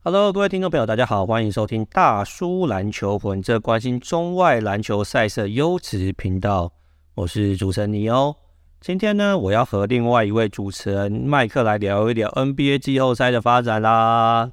Hello， 各位听众朋友，大家好，欢迎收听大叔篮球魂，这关心中外篮球赛事优质频道。我是主持人尼欧。今天呢，我要和另外一位主持人麦克来聊一聊 NBA 季后赛的发展啦。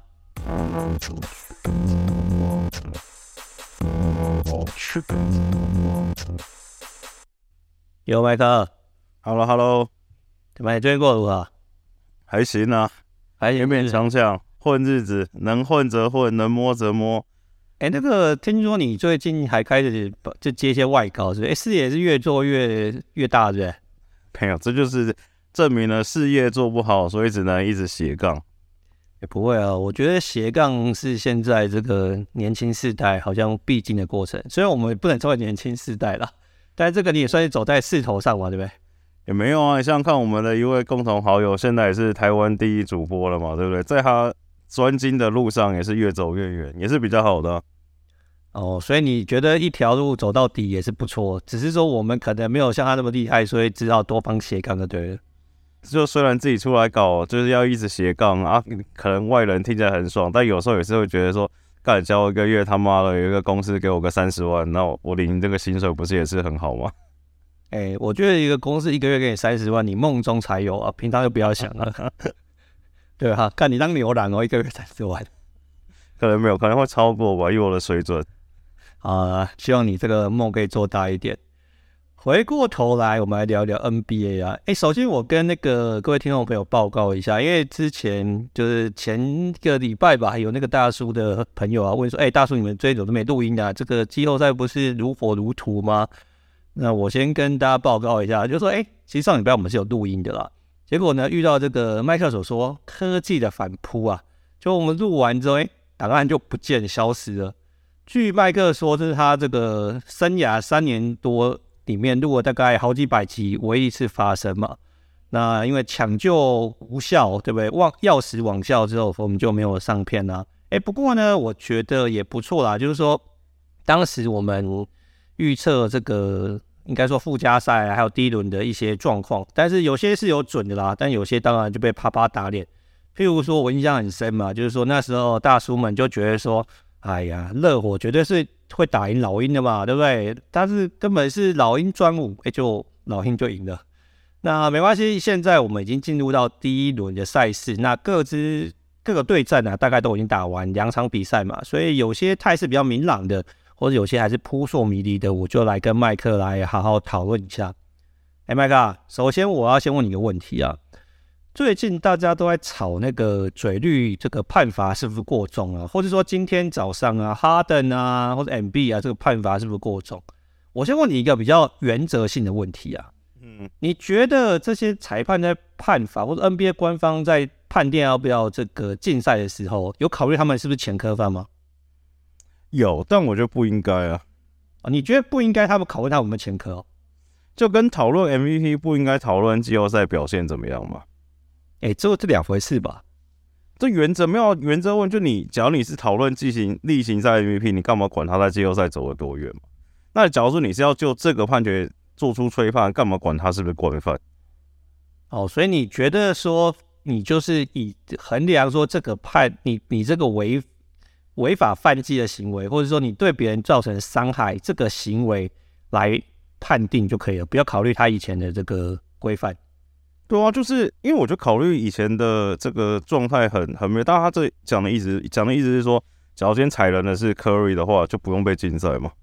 有麦克 ，Hello， 怎么你最近过得如何？ 还行啊，勉勉强强混日子，能混则混，能摸则摸。 那个听说你最近还开始就接一些外稿，是不是？事业是越做越大，对不对？ 没有，这就是证明了事业做不好，所以只能一直斜杠。 不会啊，我觉得斜杠是现在这个年轻世代好像必经的过程。虽然我们不能称为年轻世代啦，但这个你也算是走在势头上嘛，对不对？ 也没有啊，你想想看，我们的一位共同好友，现在也是台湾第一主播了嘛，对不对？在他专精的路上也是越走越远，也是比较好的哦，所以你觉得一条路走到底也是不错，只是说我们可能没有像他那么厉害，所以只好多方斜杠就对了。 就虽然自己出来搞，就是要一直斜杠啊，可能外人听起来很爽，但有时候也是会觉得说，干交一个月他妈的有一个公司给我个30万，那我领这个薪水不是也是很好吗？ 我觉得一个公司一个月给你30万，你梦中才有啊，平常就不要想了。对哈，看你当牛郎哦，一个月30万， 可能没有，可能会超过吧，以我的水准。 希望你这个梦可以做大一点。回过头来，我们来聊一聊 NBA 啊。首先我跟各位听众朋友报告一下，因为之前就是前个礼拜吧，有那个大叔的朋友啊问说，大叔你们最近怎么都没录音啊？这个季后赛不是如火如荼吗？那我先跟大家报告一下，就是说，其实上礼拜我们是有录音的啦。结果呢，遇到这个麦克所说科技的反扑啊，就我们录完之后，档案就不见消失了。据麦克说，这是他这个生涯3年多里面录了大概好几百集唯一一次发生嘛。那因为抢救无效，对不对？药石网效之后，我们就没有上片啦。不过呢，我觉得也不错啦，就是说当时我们预测这个应该说附加赛还有第一轮的一些状况，但是有些是有准的啦，但有些当然就被啪啪打脸。譬如说我印象很深嘛，就是说那时候大叔们就觉得说，哎呀，热火绝对是会打赢老鹰的嘛，对不对？但是根本是老鹰专武，就老鹰就赢了。那没关系，现在我们已经进入到第一轮的赛事，那各个对战啊，大概都已经打完2场比赛嘛，所以有些态势比较明朗的，或者有些还是扑朔迷离的，我就来跟麦克来好好讨论一下。麦克，首先我要先问你一个问题啊。最近大家都在吵那个嘴绿这个判罚是不是过重啊？或者说今天早上啊，哈登啊或者 MB 啊，这个判罚是不是过重？我先问你一个比较原则性的问题啊。你觉得这些裁判在判罚，或者 NBA 官方在判定要不要这个禁赛的时候，有考虑他们是不是前科犯吗？ 有，但我觉得不应该啊。 你觉得不应该他们考虑他有没有前科哦？ 就跟讨论 MVP 不应该讨论季后赛表现怎么样嘛？ 这两回事吧？ 这原则没有原则问，就假如你是讨论例行赛 MVP， 你干嘛管他在季后赛走了多远嘛？那假如说你是要就这个判决做出吹判，干嘛管他是不是惯犯？ 所以你觉得说你就是以衡量说这个你这个违法犯纪的行为，或者说你对别人造成伤害这个行为来判定就可以了，不要考虑他以前的这个规范。 对啊，就是因为我就考虑以前的这个状态很没有，但他这讲的意思是说，假如今天踩人的是 Curry 的话，就不用被禁赛嘛。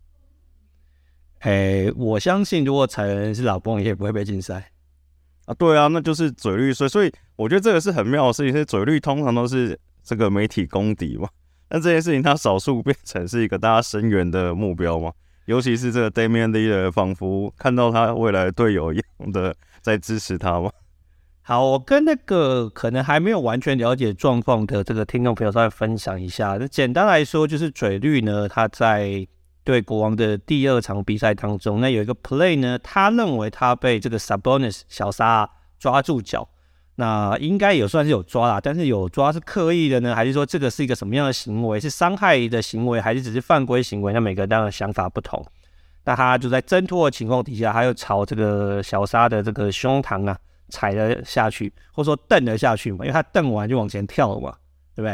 我相信如果踩人是老邦也不会被禁赛啊。对啊，那就是嘴绿，所以我觉得这个是很妙的事情，是嘴绿通常都是这个媒体公敌嘛，但这件事情它少数变成是一个大家声援的目标嘛，尤其是这个 Damian Lillard 仿佛看到他未来的队友一样的在支持他嘛。 好，我跟可能还没有完全了解状况的这个听众朋友稍微分享一下。那简单来说，就是嘴绿呢，他在对国王的第2场比赛当中，那有一个 play 呢，他认为他被这个 Sabonis 小沙抓住脚，那应该也算是有抓啦，但是有抓是刻意的呢，还是说这个是一个什么样的行为？是伤害的行为，还是只是犯规行为？那每个人当然想法不同。那他就在挣脱的情况底下，他又朝这个小沙的这个胸膛啊踩了下去，或者说蹬了下去嘛，因为他蹬完就往前跳了嘛，对不对？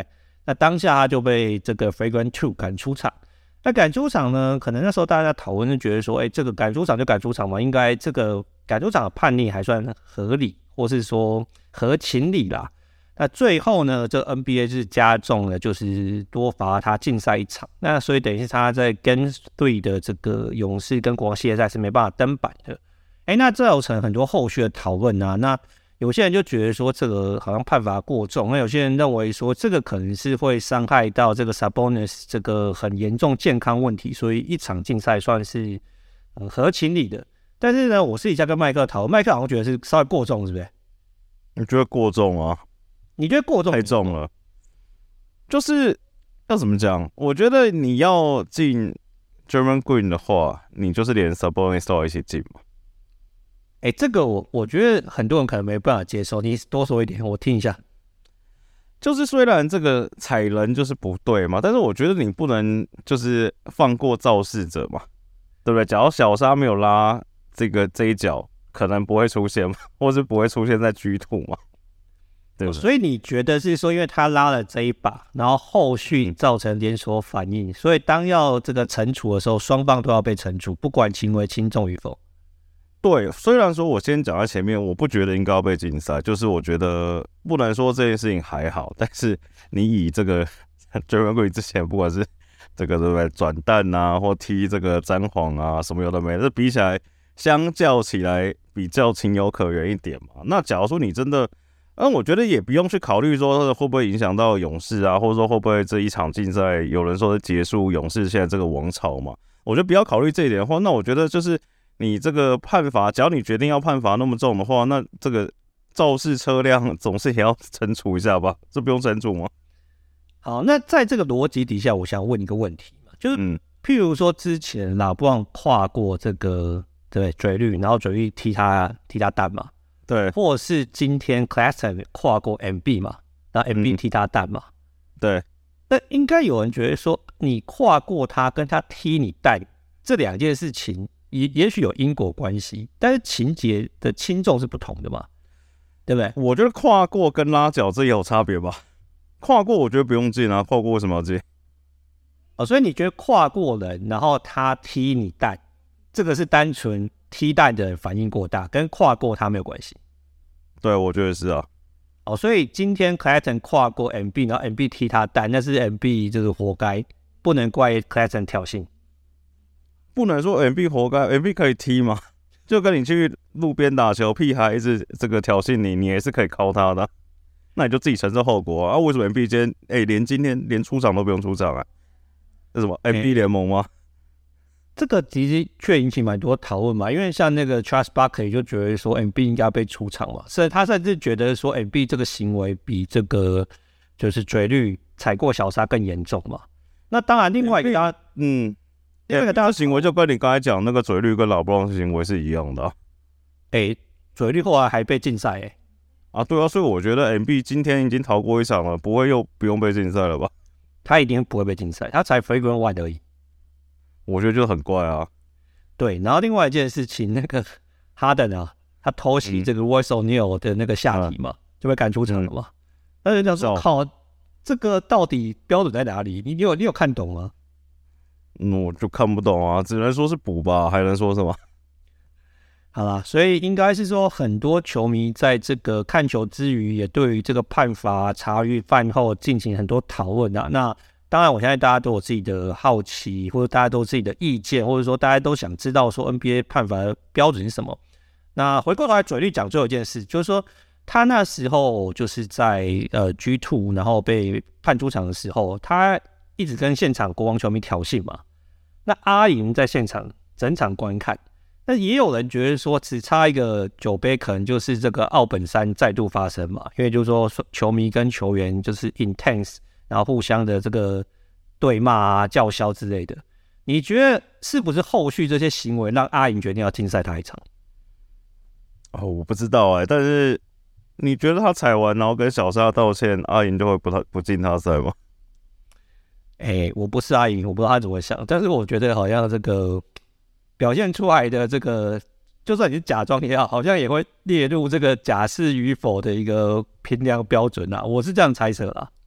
那当下他就被这个 Flagrant 2赶出场。那赶出场呢，可能那时候大家讨论就觉得说，这个赶出场就赶出场嘛，应该这个赶出场的判例还算合理，或是说合情理啦。那最后呢，这 NBA 是加重了，就是多罚他禁赛1场。那所以等于是他在 Game 3的这个勇士跟国王系列赛是没办法登板的。那造成很多后续的讨论啊。那有些人就觉得说这个好像判罚过重，那有些人认为说这个可能是会伤害到这个 Sabonis 这个很严重健康问题，所以1场禁赛算是合情理的。但是呢，我私底下跟麦克讨论，麦克好像觉得是稍微过重，是不是？ 你觉得过重啊？ 你觉得过重？ 太重了。就是要怎么讲？我觉得你要进 German Green 的话，你就是连 Sabonis 都要一起进嘛。 这个我觉得很多人可能没办法接受，你多说一点，我听一下。 就是虽然这个踩人就是不对嘛，但是我觉得你不能就是放过肇事者嘛，对不对？假如小沙没有拉这一脚，可能不会出现嘛，或是不会出现在 G2 嘛，对不对？ 所以你觉得是说，因为他拉了这一把，然后后续造成连锁反应，所以当要这个惩处的时候，双方都要被惩处，不管行为轻重与否。 对，虽然说我先讲在前面，我不觉得应该要被禁赛，就是我觉得不能说这件事情还好，但是你以这个 German Green 之前不管是这个对不对转蛋啊，或踢这个詹皇啊什么有的没的，这比起来相较起来比较情有可原一点嘛。那假如说你真的，我觉得也不用去考虑说会不会影响到勇士啊，或者说会不会这一场竞赛有人说是结束勇士现在这个王朝嘛。我觉得不要考虑这一点的话，那我觉得就是你这个判罚，只要你决定要判罚那么重的话，那这个肇事车辆总是也要惩处一下吧？这不用惩处吗？ 好，那在这个逻辑底下，我想问一个问题嘛，就是譬如说之前拉布朗跨过这个对嘴绿，然后嘴绿踢他蛋嘛， 对， 或者是今天 Claxton 跨过 MB 嘛，然后 MB 踢他蛋嘛， 对， 那应该有人觉得说，你跨过他跟他踢你蛋这两件事情，也许有因果关系，但是情节的轻重是不同的嘛，对不对？ 我觉得跨过跟拉脚这也有差别吧。跨过我觉得不用进啊，跨过为什么要进？ 所以你觉得跨过人，然后他踢你蛋，这个是单纯踢蛋的人反应过大，跟跨过他没有关系？ 对，我觉得是啊。 所以今天 Claxton 跨过 MB， 然后 MB 踢他蛋，那是 MB 就是活该，不能怪 Claxton 挑衅。 不能说 MB 活该 ，MB 可以踢吗？就跟你去路边打球，屁孩一直这个挑衅你，你也是可以敲他的，那你就自己承受后果啊！为什么 MB 今天今天连出场都不用出场啊？这什么 MB 联盟吗？ 这个其实却引起蛮多讨论嘛，因为像那个 Charles Barkley 就觉得说 MB 应该被出场嘛，他甚至觉得说 MB 这个行为比这个就是嘴绿踩过小沙更严重嘛。那当然，另外一个另外一个大家行为就跟你刚才讲那个嘴绿跟老布朗行为是一样的啊。 嘴绿后来还被禁赛对啊，所以我觉得 MB 今天已经逃过一场了，不会又不用被禁赛了吧？ 他一定不会被禁赛，他才 Flagrant 1而已。 我觉得就很怪啊。 对，然后另外一件事情，那个哈登啊，他偷袭这个 Royce O'Neal 的那个下体嘛，就被赶出场了嘛。那人家说靠，这个到底标准在哪里？你有看懂吗？ 我就看不懂啊，只能说是补吧，还能说什么？ 好啦，所以应该是说，很多球迷在这个看球之余，也对于这个判罚茶余饭后进行很多讨论啊。那当然，我相信大家都有自己的好奇，或者大家都有自己的意见，或者说大家都想知道说 NBA 判罚的标准是什么。那回过头来，嘴绿讲最后一件事，就是说他那时候就是在G2，然后被判出场的时候，他一直跟现场国王球迷挑衅嘛。那阿银在现场整场观看。那也有人觉得说，只差一个酒杯，可能就是这个奥本山再度发生嘛？因为就是说，球迷跟球员就是 intense， 然后互相的这个对骂啊、叫嚣之类的。你觉得是不是后续这些行为让阿银决定要禁赛他一场？ 我不知道但是你觉得他踩完然后跟小沙道歉，阿银就会不禁他赛吗？ 我不是阿银，我不知道他怎么想，但是我觉得好像这个表现出来的这个，就算你是假装也好，好像也会列入这个假释与否的一个评量标准啊，我是这样猜测啦。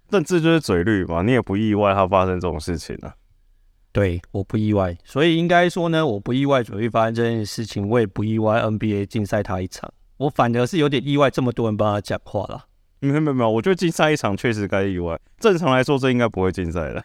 但这就是嘴绿嘛，你也不意外他发生这种事情啊。 对，我不意外，所以应该说呢，我不意外嘴绿发生这件事情，我也不意外 NBA 禁赛他一场，我反而是有点意外，这么多人帮他讲话啦。 没有，我觉得禁赛一场确实该意外，正常来说这应该不会禁赛的。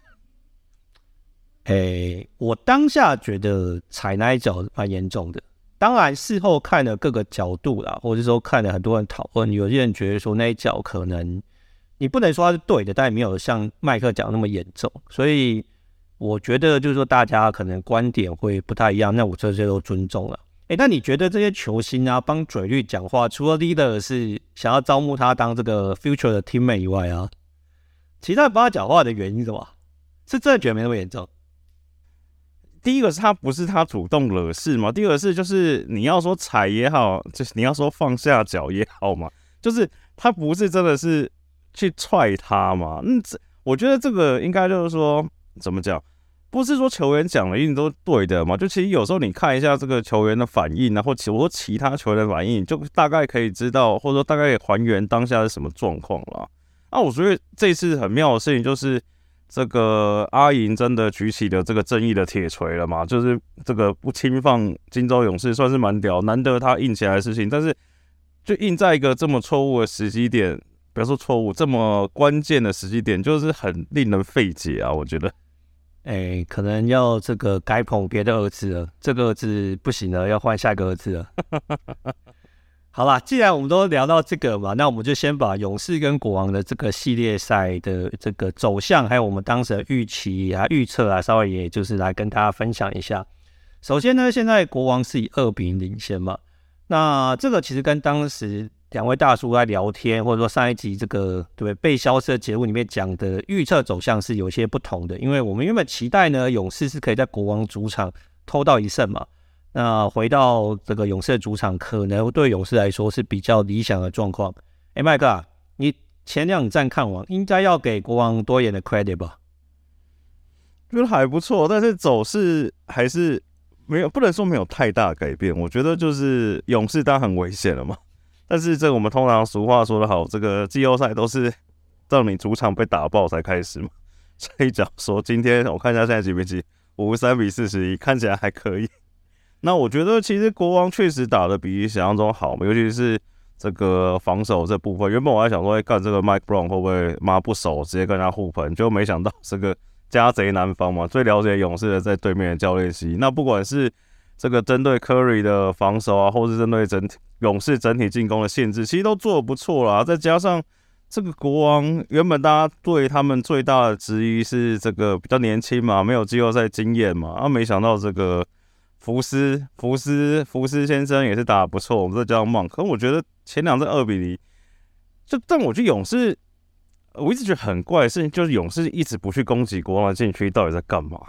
我当下觉得踩那一脚蛮严重的，当然事后看了各个角度啦，或者说看了很多人讨论，有些人觉得说那一脚可能你不能说它是对的，但也没有像麦克讲那么严重，所以我觉得就是说大家可能观点会不太一样，那我这些都尊重了。那你觉得这些球星啊帮嘴绿讲话，除了 leader 是想要招募他当这个 future 的 teammate 以外啊，其他人帮他讲话的原因是什么？是真的觉得没那么严重？ 第一个是他不是他主动惹事嘛，第二个是就是你要说踩也好，就是你要说放下脚也好嘛，就是他不是真的是去踹他嘛。我觉得这个应该就是说怎么讲，不是说球员讲的一定都对的嘛，就其实有时候你看一下这个球员的反应啊，或者其他球员的反应，就大概可以知道，或者说大概可以还原当下是什么状况啦。我觉得这次很妙的事情就是这个阿银真的举起了这个正义的铁锤了嘛，就是这个不轻放金州勇士算是蛮屌，难得他硬起来的事情，但是就硬在一个这么错误的时机点，不要说错误，这么关键的时机点，就是很令人费解啊，我觉得。 可能要这个改捧别的儿子了，这个儿子不行了，要换下一个儿子了。好啦，既然我们都聊到这个嘛，那我们就先把勇士跟国王的这个系列赛的这个走向，还有我们当时的预期啊、预测啊，稍微也就是来跟大家分享一下。首先呢，现在国王是以2-0领先嘛，那这个其实跟当时两位大叔在聊天，或者说上一集这个对不对被消失的节目里面讲的预测走向是有些不同的，因为我们原本期待呢，勇士是可以在国王主场偷到1胜嘛。那回到这个勇士的主场，可能对勇士来说是比较理想的状况。麦克啊，你前2战看完，应该要给国王多一点的 credit 吧？ 觉得还不错，但是走势还是没有，不能说没有太大改变。我觉得就是勇士当然很危险了嘛，但是这个我们通常俗话说得好，这个季后赛都是到你主场被打爆才开始嘛。所以假如说今天我看一下现在几比几，53-41，看起来还可以。那我觉得其实国王确实打得比想象中好嘛，尤其是这个防守这部分。原本我还想说，干这个 Mike Brown 会不会妈不守，直接跟他互喷，就没想到这个家贼南方嘛，最了解勇士的在对面的教练席。那不管是这个针对 Curry 的防守啊，或是针对勇士整体进攻的限制，其实都做得不错啦。再加上这个国王，原本大家对他们最大的质疑是这个比较年轻嘛，没有季后赛经验嘛，没想到这个福斯先生也是打得不错，我们再加上曼，可我觉得前2战2-0，但我觉得勇士，我一直觉得很怪的事情就是勇士一直不去攻击国王的禁区，到底在干嘛？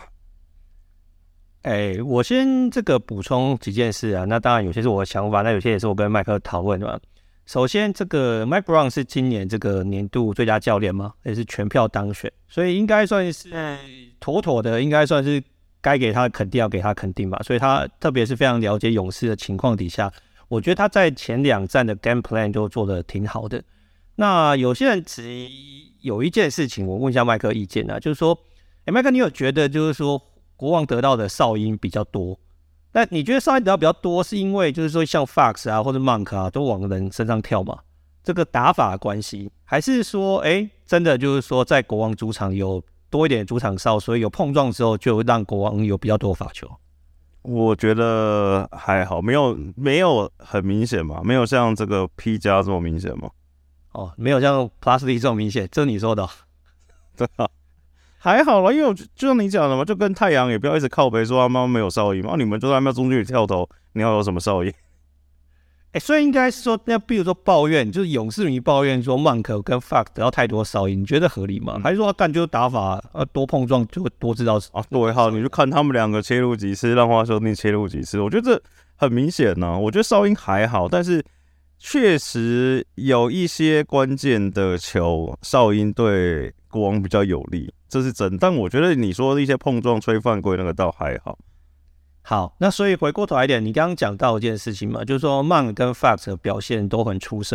我先这个补充几件事啊，那当然有些是我的想法，那有些也是我跟麦克讨论的嘛。首先，这个 Mike Brown 是今年这个年度最佳教练嘛，也是全票当选，所以应该算是妥妥的，应该算是该给他肯定要给他肯定吧，所以他特别是非常了解勇士的情况底下，我觉得他在前2战的 game plan 都做得挺好的。那有些人质疑有一件事情，我问一下麦克意见啊，就是说，麦克你有觉得就是说国王得到的哨音比较多？那你觉得哨音得到比较多，是因为就是说像 Fox 啊或者 Monk 啊都往人身上跳嘛？这个打法的关系，还是说真的就是说在国王主场有多一点主场哨，所以有碰撞之后就让国王有比较多罚球？ 我觉得还好，没有很明显嘛，没有像这个 P 加这么明显嘛。 没有像 Plus 这么明显，这是你说的。 对啊，还好啦，因为就像你讲的嘛，就跟太阳也不要一直靠北说他妈没有哨音嘛，你们就在那边中距离跳投，你要有什么哨音？ 所以应该是说，那比如说抱怨，就是勇士迷抱怨说曼克跟 Fox 得到太多哨音，你觉得合理吗？还是说干就是打法多碰撞就会多知道啊？ 对，好，你就看他们2个切入几次，让花兄弟切入几次，我觉得这很明显呢。我觉得哨音还好，但是确实有一些关键的球哨音对国王比较有利，这是真。但我觉得你说的一些碰撞吹犯规那个倒还好。 好，那所以回过头来一点，你刚刚讲到一件事情嘛，就是说曼跟 Fox 的表现都很出色。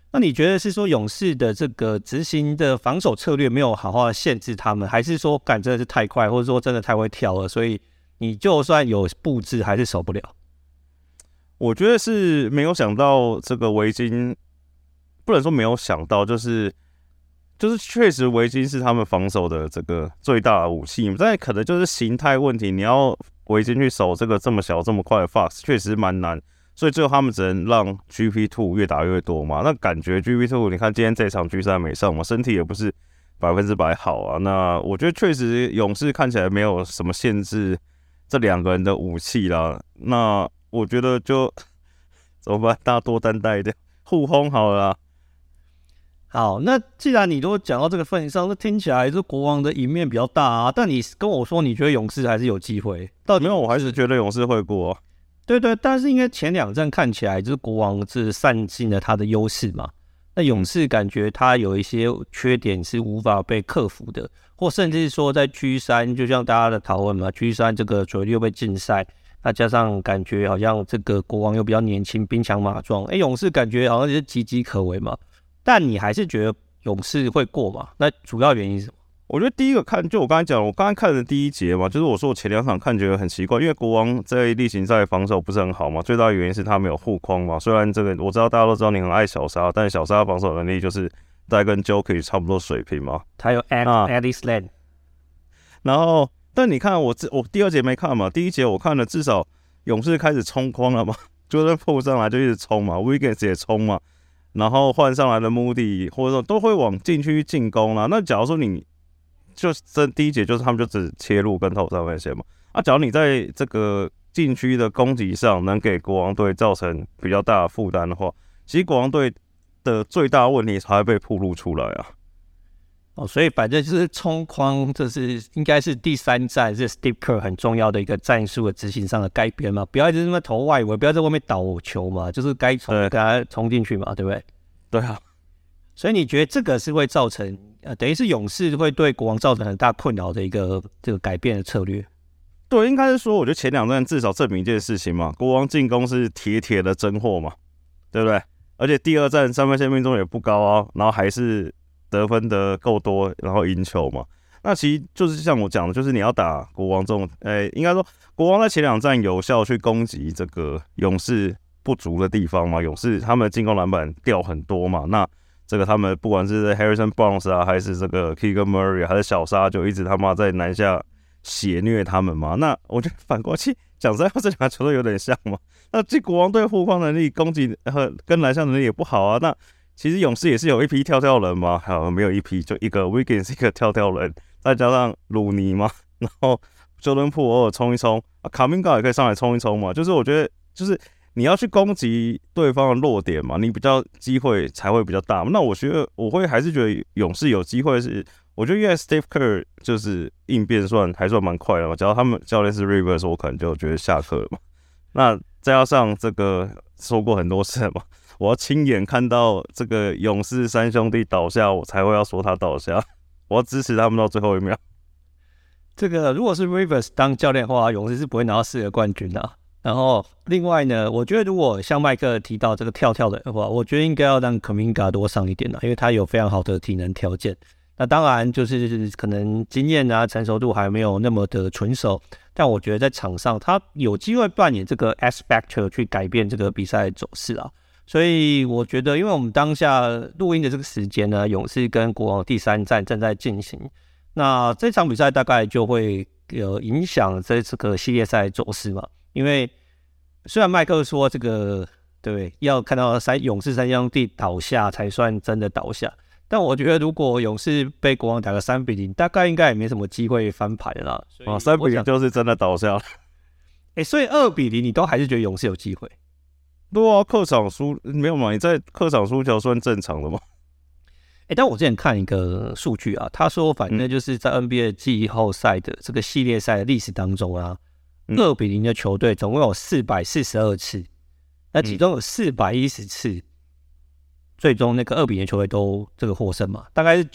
那你觉得是说勇士的这个执行的防守策略没有好好的限制他们，还是说真的是太快，或者说真的太会跳了，所以你就算有布置还是守不了？ 我觉得是没有想到这个围巾，不能说没有想到，就是确实围巾是他们防守的这个最大的武器，但可能就是形态问题，你要围巾去守这个这么小这么快的 Fox 确实蛮难，所以最后他们只能让 GP2 越打越多嘛。那感觉 GP2 你看今天这场G3没上嘛，身体也不是100%好啊。那我觉得确实勇士看起来没有什么限制这2个人的武器啦。那我觉得就怎么办？大家多担待一点，互轰好了啦。 好，那既然你都讲到这个份上，那听起来是国王的赢面比较大啊。但你跟我说，你觉得勇士还是有机会？到底没有，我还是觉得勇士会过啊。 对对，但是因为前2战看起来就是国王是散尽了他的优势嘛，那勇士感觉他有一些缺点是无法被克服的，或甚至说在 G3，就像大家的讨论嘛 ，G3 这个主力又被禁赛，那加上感觉好像这个国王又比较年轻，兵强马壮，勇士感觉好像是岌岌可危嘛。但你还是觉得勇士会过嘛？那主要原因是什么？ 我觉得第一个看，就我刚才讲，我刚才看的第一节嘛，就是我说我前2场看觉得很奇怪，因为国王在例行赛防守不是很好嘛，最大的原因是他没有护框嘛。虽然这个我知道大家都知道你很爱小沙，但是小沙防守能力就是大概跟 Jokic 差不多水平嘛。 他有 Alice Land， 然后但你看我第2节没看嘛，第1节我看了，至少勇士开始冲框了嘛，Jordan Poole 上来就一直冲嘛 ，Wiggins 也冲嘛。然后换上来的Moody或者说都会往禁区进攻啦。那假如说你就这第1节就是他们就只切入跟投3分线嘛。假如你在这个禁区的攻击上能给国王队造成比较大的负担的话，其实国王队的最大问题才会被暴露出来啊。 所以反正就是冲框，这是应该是第3战是 Steve Kerr 很重要的一个战术的执行上的改变嘛，不要一直这么投外围，不要在外面倒球嘛，就是该冲给他冲进去嘛，对不对？ 对啊， 所以你觉得这个是会造成等于是勇士会对国王造成很大困扰的一个这个改变的策略？ 对，应该是说，我觉得前2战至少证明一件事情嘛，国王进攻是铁的真货嘛，对不对？而且第2战3分线命中也不高啊，然后还是得分的够多，然后赢球嘛。那其实就是像我讲的，就是你要打国王这种，应该说国王在前2战有效去攻击这个勇士不足的地方嘛，勇士他们的进攻篮板掉很多嘛，那这个他们不管是 Harrison Barnes 啊，还是这个 Keegan Murray， 还是小沙，就一直他妈在篮下血虐他们嘛。那我觉得反过去讲实在话，这2个球队有点像嘛。那这国王队护框能力、攻击跟篮下能力也不好啊。那其实勇士也是有一批跳人嘛，还有没有一批就一个 Wiggins 一个跳人，再加上鲁尼嘛，然后 Jordan Poole 偶尔冲一冲，卡明高也可以上来冲一冲嘛。就是我觉得就是你要去攻击对方的弱点嘛，你比较机会才会比较大嘛。那我觉得我会还是觉得勇士有机会是，我觉得因为 Steve Kerr 就是应变还算蛮快的嘛。只要他们教练是 Rivers， 我可能就觉得下课了嘛。那再加上这个说过很多次了嘛，我要亲眼看到这个勇士3兄弟倒下，我才会要说他倒下。我要支持他们到最后一秒。 这个如果是 Rivers 当教练的话，勇士是不会拿到4个冠军的。然后另外呢，我觉得如果像麦克提到这个跳的话，我觉得应该要让 Kuminga 多上一点啦，因为他有非常好的体能条件。那当然就是可能经验啊、成熟度还没有那么的纯熟，但我觉得在场上他有机会扮演这个 X factor 去改变这个比赛的走势啊。所以我觉得，因为我们当下录音的这个时间呢，勇士跟国王第3战正在进行，那这场比赛大概就会影响这个系列赛的走势嘛。因为虽然麦克说这个对要看到勇士3兄弟倒下才算真的倒下，但我觉得如果勇士被国王打个3-0，大概应该也没什么机会翻盘了啦。 3-0就是真的倒下了。 所以2-0你都还是觉得勇士有机会？ 对啊，客场输没有嘛？你在客场输球算正常的吗？ 但我之前看一个数据啊，他说反正就是在 NBA 季后赛的这个系列赛的历史当中啊，2-0的球队总共有442次，那其中有410次，最终那个2-0的球队都这个获胜嘛，大概是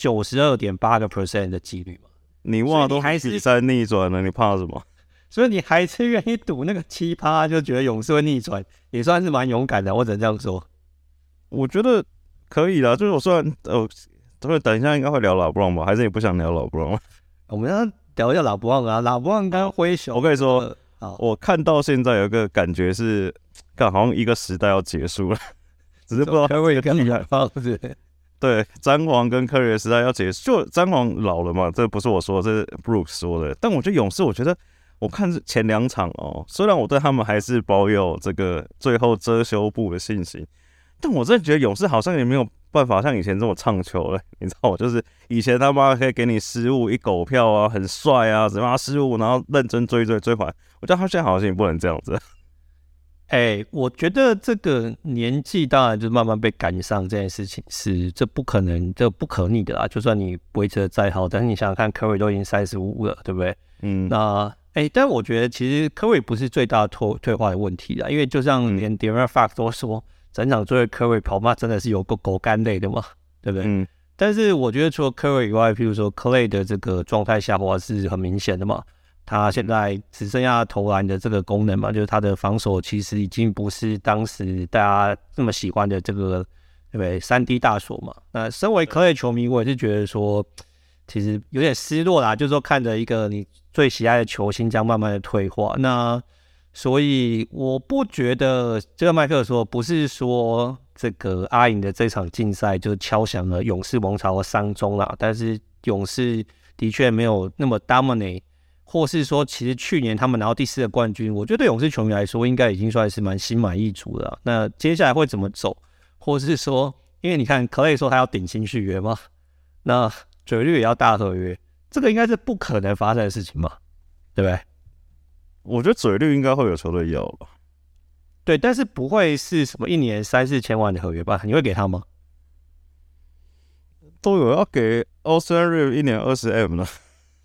92.8% 的几率嘛。 你哇，都比赛逆转了，你怕什么？ 所以你还是愿意赌那个7%，就觉得勇士会逆转，也算是蛮勇敢的，我只能这样说。 我觉得可以啦，就是我虽然等一下应该会聊老布朗吧，还是你不想聊老布朗吗？ 我们要聊一下老布朗啊，老布朗跟灰熊。 我跟你说，我看到现在有一个感觉是，好像一个时代要结束了，只是不知道科瑞跟老布朗是。 对，詹皇跟科瑞的时代要结束，就詹皇老了嘛，这不是我说的，这是 Brooks 说的。但我觉得勇士，我觉得我看前2场哦，虽然我对他们还是保有这个最后遮羞布的信心，但我真的觉得勇士好像也没有办法像以前这么唱球了，你知道吗？就是以前他妈可以给你失误一狗票啊，很帅啊，怎么失误然后认真追回来，我觉得他现在好像也不能这样子。 我觉得这个年纪当然就慢慢被赶上这件事情这不可能，这不可逆的啦。就算你维持的再好，但是你想想看，科瑞都已经35了，对不对？那但我觉得其实科瑞不是最大的退化的问题啦，因为就像连 De'Aaron Fox 都说，整场追科瑞跑嘛，真的是有个狗干累的嘛，对不对？但是我觉得除了科瑞以外，譬如说 Clay 的这个状态下滑是很明显的嘛。他现在只剩下投篮的这个功能嘛，就是他的防守其实已经不是当时大家这么喜欢的这个，对不对？3D 大锁嘛。那身为科瑞球迷，我也是觉得说，其实有点失落啦，就是说看着一个你最喜爱的球星这样慢慢的退化。那所以我不觉得这个麦克说不是说这个阿银的这场竞赛就敲响了勇士王朝的丧钟啦，但是勇士的确没有那么 dominate。或是说，其实去年他们拿到第4个冠军，我觉得对勇士球迷来说，应该已经算是蛮心满意足的啦。那接下来会怎么走，或是说，因为你看 Clay 说他要顶薪续约嘛，那嘴绿也要大合约，这个应该是不可能发生的事情嘛，对不对？ 我觉得嘴绿应该会有球队要吧。 对，但是不会是什么1年3-4千万的合约吧？你会给他吗？ 都有要给 Austin Reeves 1年20M 呢。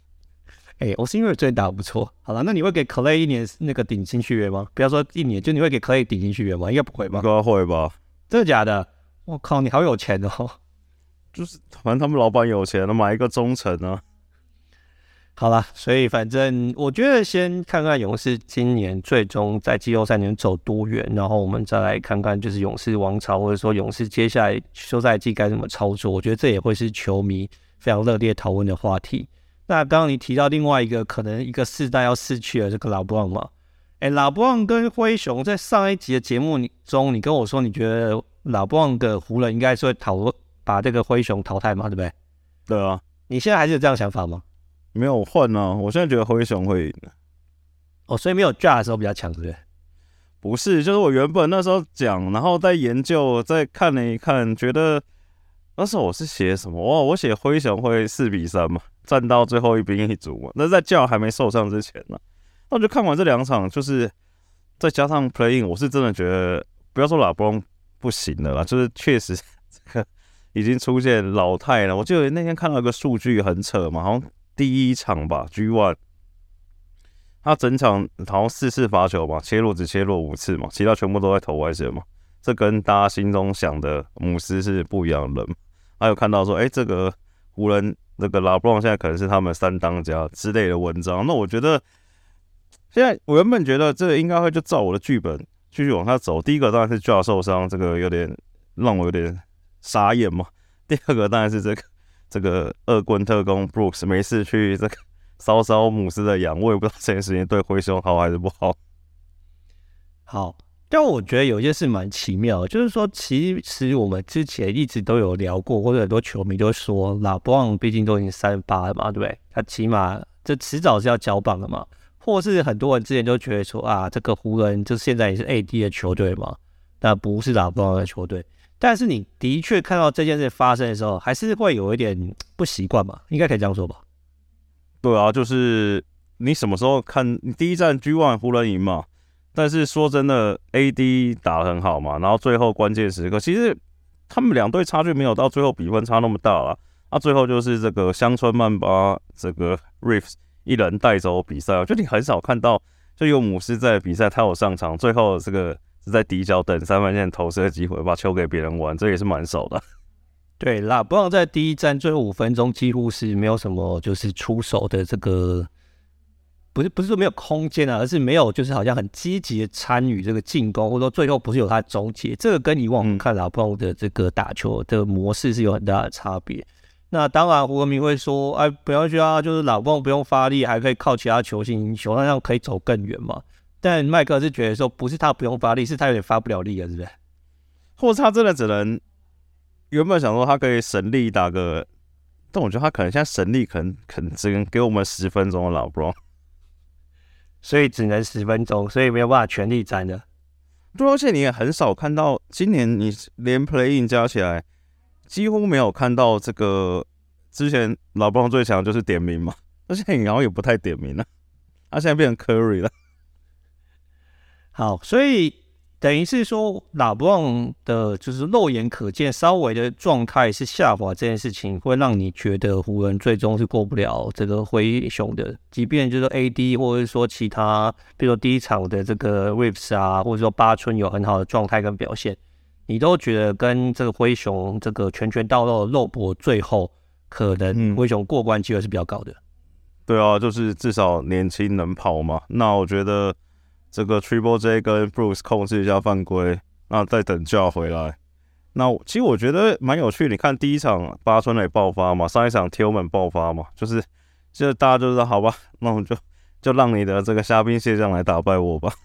Austin Reeves 最打不错。好了，那你会给 Clay 1年那个顶薪续约吗？不要说1年，就你会给 Clay 顶薪续约吗？应该不会吧？ 应该会吧？ 真的假的？我靠，你好有钱哦！ 就是反正他们老板有钱了，买一个忠诚啊。 好啦，所以反正我觉得先看看勇士今年最终在季后赛能走多远，然后我们再来看看就是勇士王朝或者说勇士接下来休赛季该怎么操作。我觉得这也会是球迷非常热烈讨论的话题。那刚刚你提到另外一个可能一个世代要逝去的这个老布朗嘛，老布朗跟灰熊在上一集的节目中，你跟我说你觉得老布朗的湖人应该是会把这个灰熊淘汰嘛，对不对？ 对啊， 你现在还是有这样想法吗？ 没有换啊，我现在觉得灰熊会赢。 所以没有 Ja 的时候比较强，对不对？ 不是，就是我原本那时候讲，然后在研究，再看了一看，觉得那时候我是写什么？我写灰熊会4-3嘛。站到最后一兵一卒嘛，那在教还没受伤之前呢，那我就看完这2场，就是再加上 play in， 我是真的觉得，不要说拉布朗不行了啦，就是确实这个已经出现老态了。我记得那天看到一个数据很扯嘛，好像第1场吧 G1， 他整场好像4次罚球嘛，切入只切入5次嘛，其他全部都在投外线嘛，这跟大家心中想的姆斯是不一样的人。还有看到说，这个湖人。这个拉布朗现在可能是他们3当家之类的文章，那我觉得现在我原本觉得这个应该会就照我的剧本继续往下走。第一个当然是 Ja 受伤，这个有点让我有点傻眼嘛。第二个当然是这个恶棍特工 Brooks 没事去这个搔姆斯的痒，我也不知道这件事情对灰熊好还是不好。 好。但我觉得有一件事蛮奇妙的，就是说其实我们之前一直都有聊过，或者很多球迷都说拉布朗毕竟都已经38了嘛，对不对？他起码这迟早是要交棒的嘛，或是很多人之前都觉得说啊，这个湖人就现在也是 AD 的球队嘛，那不是拉布朗的球队。但是你的确看到这件事发生的时候，还是会有一点不习惯嘛，应该可以这样说吧？ 对啊，就是你什么时候看你第一站 G1 湖人赢嘛？但是说真的 ，AD 打得很好嘛，然后最后关键时刻，其实他们2队差距没有到最后比分差那么大啦。最后就是这个香村曼巴这个 Reeves 一人带走比赛，我觉得你很少看到就有姆斯在比赛，他有上场，最后这个是在底角等3分线投射机会，把球给别人玩，这也是蛮少的。 对啦，不然在第一站最后5分钟几乎是没有什么就是出手的这个。 不是说没有空间啊，而是没有就是好像很积极的参与这个进攻，或者说最后不是有他的终结，这个跟以往我们看拉布朗的这个打球的模式是有很大的差别。那当然胡文明会说，哎，不要去啊，就是拉布朗不用发力，还可以靠其他球星球上可以走更远嘛。但麦克是觉得说，不是他不用发力，是他有点发不了力了，是不是？ 或者他真的只能原本想说他可以省力打个，但我觉得他可能现在省力可能只能给我们10分钟的拉布朗。 所以只能10分钟，所以没有办法全力战的。 对，而且你也很少看到，今年你连 play in 加起来，几乎没有看到这个。之前老布朗最强就是点名嘛，而且你好像也不太点名了，他现在变成 Curry 了。 好，所以等于是说，拉布朗的就是肉眼可见稍微的状态是下滑，这件事情会让你觉得湖人最终是过不了这个灰熊的。即便就是 AD 或者是说其他，比如说第一场的这个 Reeves 啊，或者说八村有很好的状态跟表现，你都觉得跟这个灰熊这个拳拳到肉的肉搏，最后可能灰熊过关机会是比较高的。 对啊，就是至少年轻能跑嘛。那我觉得这个 Triple J 跟 Bruce 控制一下犯规，那再等叫回来。那其实我觉得蛮有趣，你看第一场八村垒爆发嘛，上一场 Tillman 爆发嘛，就是大家就说好吧，那我们就让你的这个虾兵蟹将来打败我吧。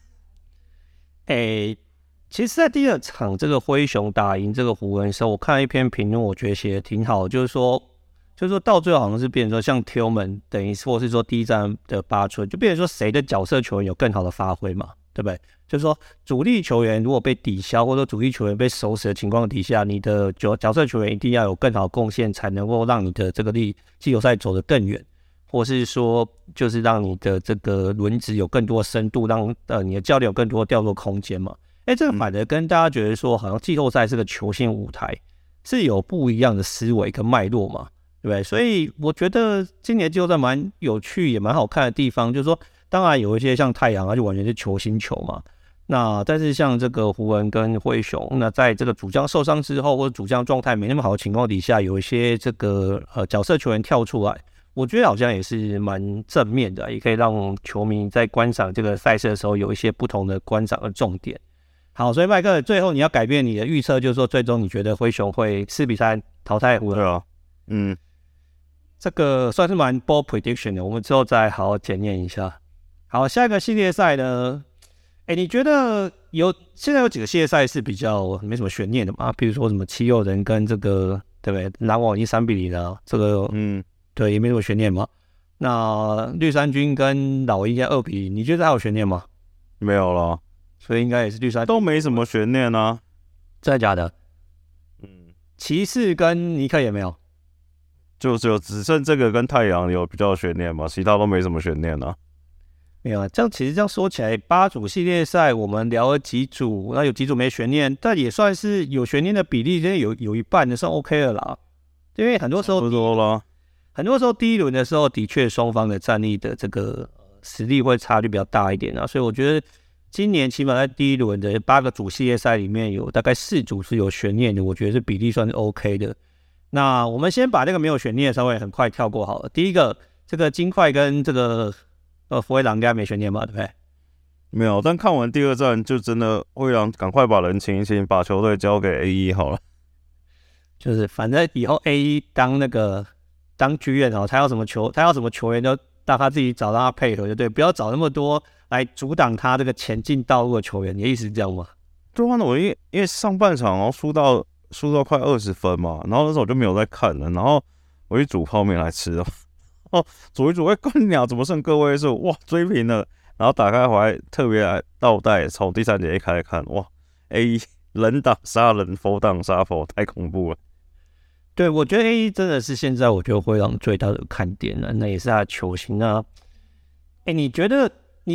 其实，在第二场这个灰熊打赢这个湖人的时候，我看了一篇评论，我觉得写的挺好，就是说到最后好像是变成说，像 Tillman 等于或是说第一站的八村，就变成说谁的角色球员有更好的发挥嘛，对不对？就是说主力球员如果被抵消，或者说主力球员被守死的情况底下，你的角色球员一定要有更好的贡献，才能够让你的这个季后赛走得更远，或是说就是让你的这个轮值有更多的深度，让你的教练有更多的调度空间嘛。这个反而跟大家觉得说，好像季后赛是个球星舞台，是有不一样的思维跟脉络嘛，对不对？所以我觉得今年季后赛蛮有趣也蛮好看的地方，就是说，当然有一些像太阳，它就完全是球星球嘛。那但是像这个湖人跟灰熊，那在这个主将受伤之后，或者主将状态没那么好的情况底下，有一些这个角色球员跳出来，我觉得好像也是蛮正面的，也可以让球迷在观赏这个赛事的时候有一些不同的观赏的重点。好，所以麦克，最后你要改变你的预测，就是说最终你觉得灰熊会4-3淘汰湖人。 对啊， 这个算是蛮 bold prediction 的，我们之后再好好检验一下。好，下一个系列赛呢？你觉得现在有几个系列赛是比较没什么悬念的嘛？比如说什么七六人跟这个对不对？篮网已经3-0了，这个对，也没什么悬念嘛。那绿衫军跟老鹰2-0，你觉得还有悬念吗？ 没有了。 所以应该也是绿衫都没什么悬念啊， 真的假的？骑士跟尼克也没有， 就只剩这个跟太阳有比较悬念嘛，其他都没什么悬念啊。 没有啊，其实这样说起来，8组系列赛我们聊了几组，那有几组没悬念，但也算是有悬念的比例，有一半的算 OK 了啦。因为很多时候第一轮的时候，的确双方的战力的这个实力会差距比较大一点啊，所以我觉得。今年起码在第一轮的8个主系列赛里面，有大概4组是有悬念的，我觉得是比例算是 OK 的。那我们先把这个没有悬念的稍微很快跳过好了。第一个，这个金块跟这个灰狼应该没悬念吧，对不对？ 没有，但看完第二战就真的灰狼赶快把人请一请，把球队交给 A1 好了。 就是反正以后 A1 当剧院哦，他要什么球员就让他自己找，让他配合就对，不要找那么多来阻挡他这个前进道路的球员。你的意思是这样吗？ 对啊，我因为上半场然后输到快20分嘛，然后那时候我就没有在看了，然后我去煮泡面来吃了。煮一煮，干鸟怎么剩个位数？哇，追平了！然后打开回来，特别来倒带，从第3节开始看，哇 ，A1 人挡杀人，佛挡杀佛，太恐怖了。 对，我觉得 A1 真的是现在我觉得灰狼最大的看点了，那也是他的球星啊。你觉得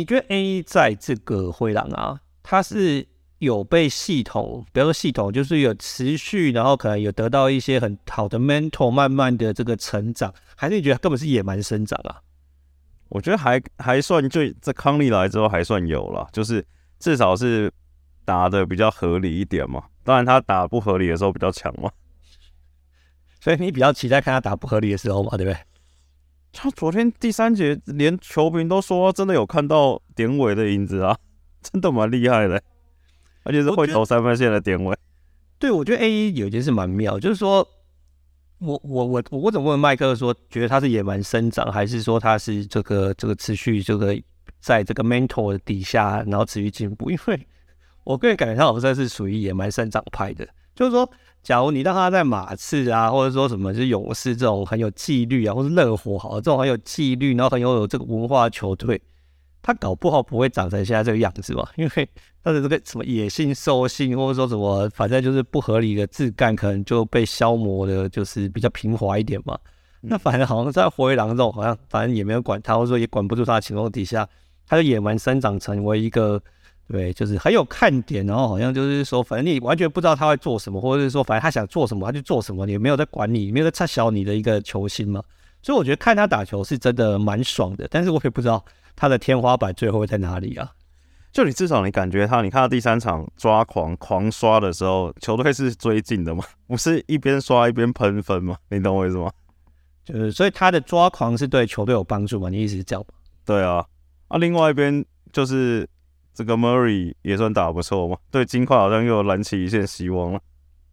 A1 在这个灰狼啊，他是有被系统，不要说系统，就是有持续，然后可能有得到一些很好的 mental， 慢慢的这个成长，还是你觉得根本是野蛮生长啊？ 我觉得还算，就在康利来之后还算有啦，就是至少是打的比较合理一点嘛。当然他打不合理的时候比较强嘛。 所以你比较期待看他打不合理的时候嘛，对不对？ 他昨天第3节连球评都说真的有看到典韦的影子啊，真的蛮厉害的，而且是会投3分线的典韦。 对，我觉得 A 有一件事蛮妙，就是说我怎么问麦克说，觉得他是野蛮生长，还是说他是这个持续在这个 mentor 的底下，然后持续进步？因为我个人感觉他好像是属于野蛮生长派的，就是说，假如你让他在马刺啊，或者说什么就是勇士这种很有纪律啊，或是热火好这种很有纪律，然后很有这个文化的球队，他搞不好不会长成现在这个样子嘛，因为他的这个什么野性、兽性，或者说什么，反正就是不合理的自干，可能就被消磨的，就是比较平滑一点嘛。那反正好像在灰狼这种，好像反正也没有管他，或者说也管不住他的情况底下，他就野蛮生长成为一个，对，就是很有看点，然后好像就是说，反正你完全不知道他会做什么，或者是说，反正他想做什么他就做什么，也没有在管你，没有在插小你的一个球星嘛。所以我觉得看他打球是真的蛮爽的，但是我也不知道他的天花板最后会在哪里啊。 就你至少你感觉他，你看到第3场抓狂刷的时候，球队是追进的嘛，不是一边刷一边喷分嘛？你懂我意思吗？ 就是所以他的抓狂是对球队有帮助嘛？你意思是这样吗？ 对啊，另外一边就是这个 Murray 也算打得不错嘛，对金块好像又有燃起一线希望了。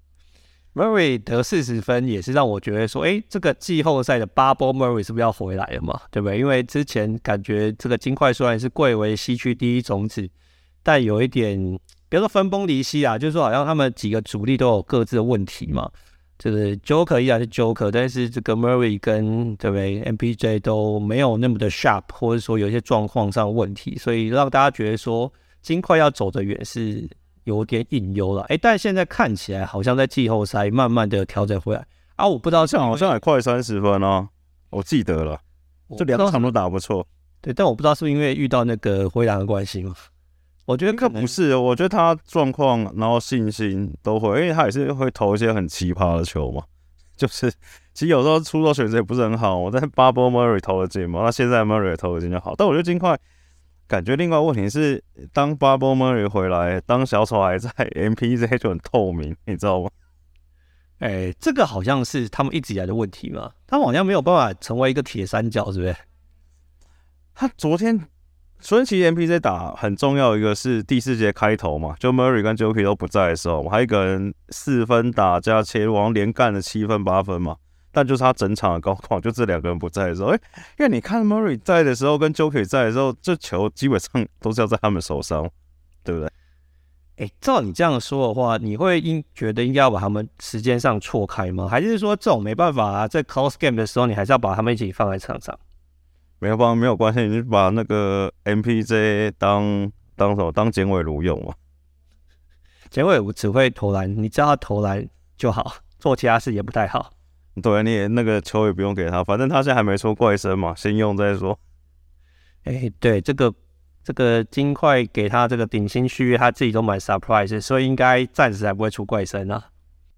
Murray 得40分也是让我觉得说，这个季后赛的 Bubble Murray 是不是要回来了嘛？对不对？因为之前感觉这个金块虽然是贵为西区第一种子，但有一点，比如说分崩离析啊，就是说好像他们几个主力都有各自的问题嘛。就是 Joker 依然是 Joker， 但是这个 Murray 跟对不对 MPJ 都没有那么的 sharp， 或者说有一些状况上的问题，所以让大家觉得说金块要走得远是有点隐忧了。但现在看起来好像在季后赛慢慢的调整回来啊，我不知道这样好像也快30分啊，我记得了，这2场都打不错。 对，但我不知道是不是因为遇到那个灰狼的关系嘛。我觉得可能不是，我觉得他状况然后信心都会，因为他也是会投一些很奇葩的球嘛。就是其实有时候出手选择也不是很好，我在 Bubble Murray 投了进嘛，那现在 Murray 也投了进就好。但我觉得金块感觉另外问题是，当 Bubble Murray 回来，当小丑还在 ，MPJ 就很透明，你知道吗？ 这个好像是他们一直以来的问题嘛，他们好像没有办法成为一个铁三角，是不是？ 他昨天其实 MPJ 打很重要一个是第4节开头嘛，就 Murray 跟 Jokic 都不在的时候，还有一个人4分打加切入，好像连干了7分8分嘛。但就是他整场的高光，就这2个人不在的时候，因为你看 Murray 在的时候跟 Jokic 在的时候，这球基本上都是要在他们手上，对不对？ 照你这样说的话，你会觉得应该要把他们时间上错开吗？还是说这种没办法啊，在 close game 的时候，你还是要把他们一起放在场上？ 没有关系，你就把那个 MPJ 当什么？当简伟如用嘛。 简伟如只会投篮，你只要他投篮就好，做其他事也不太好。 对，你也那个球也不用给他，反正他现在还没出怪声嘛，先用再说。 对，这个金块给他这个顶薪续约，他自己都蛮 surprise， 所以应该暂时还不会出怪声啊。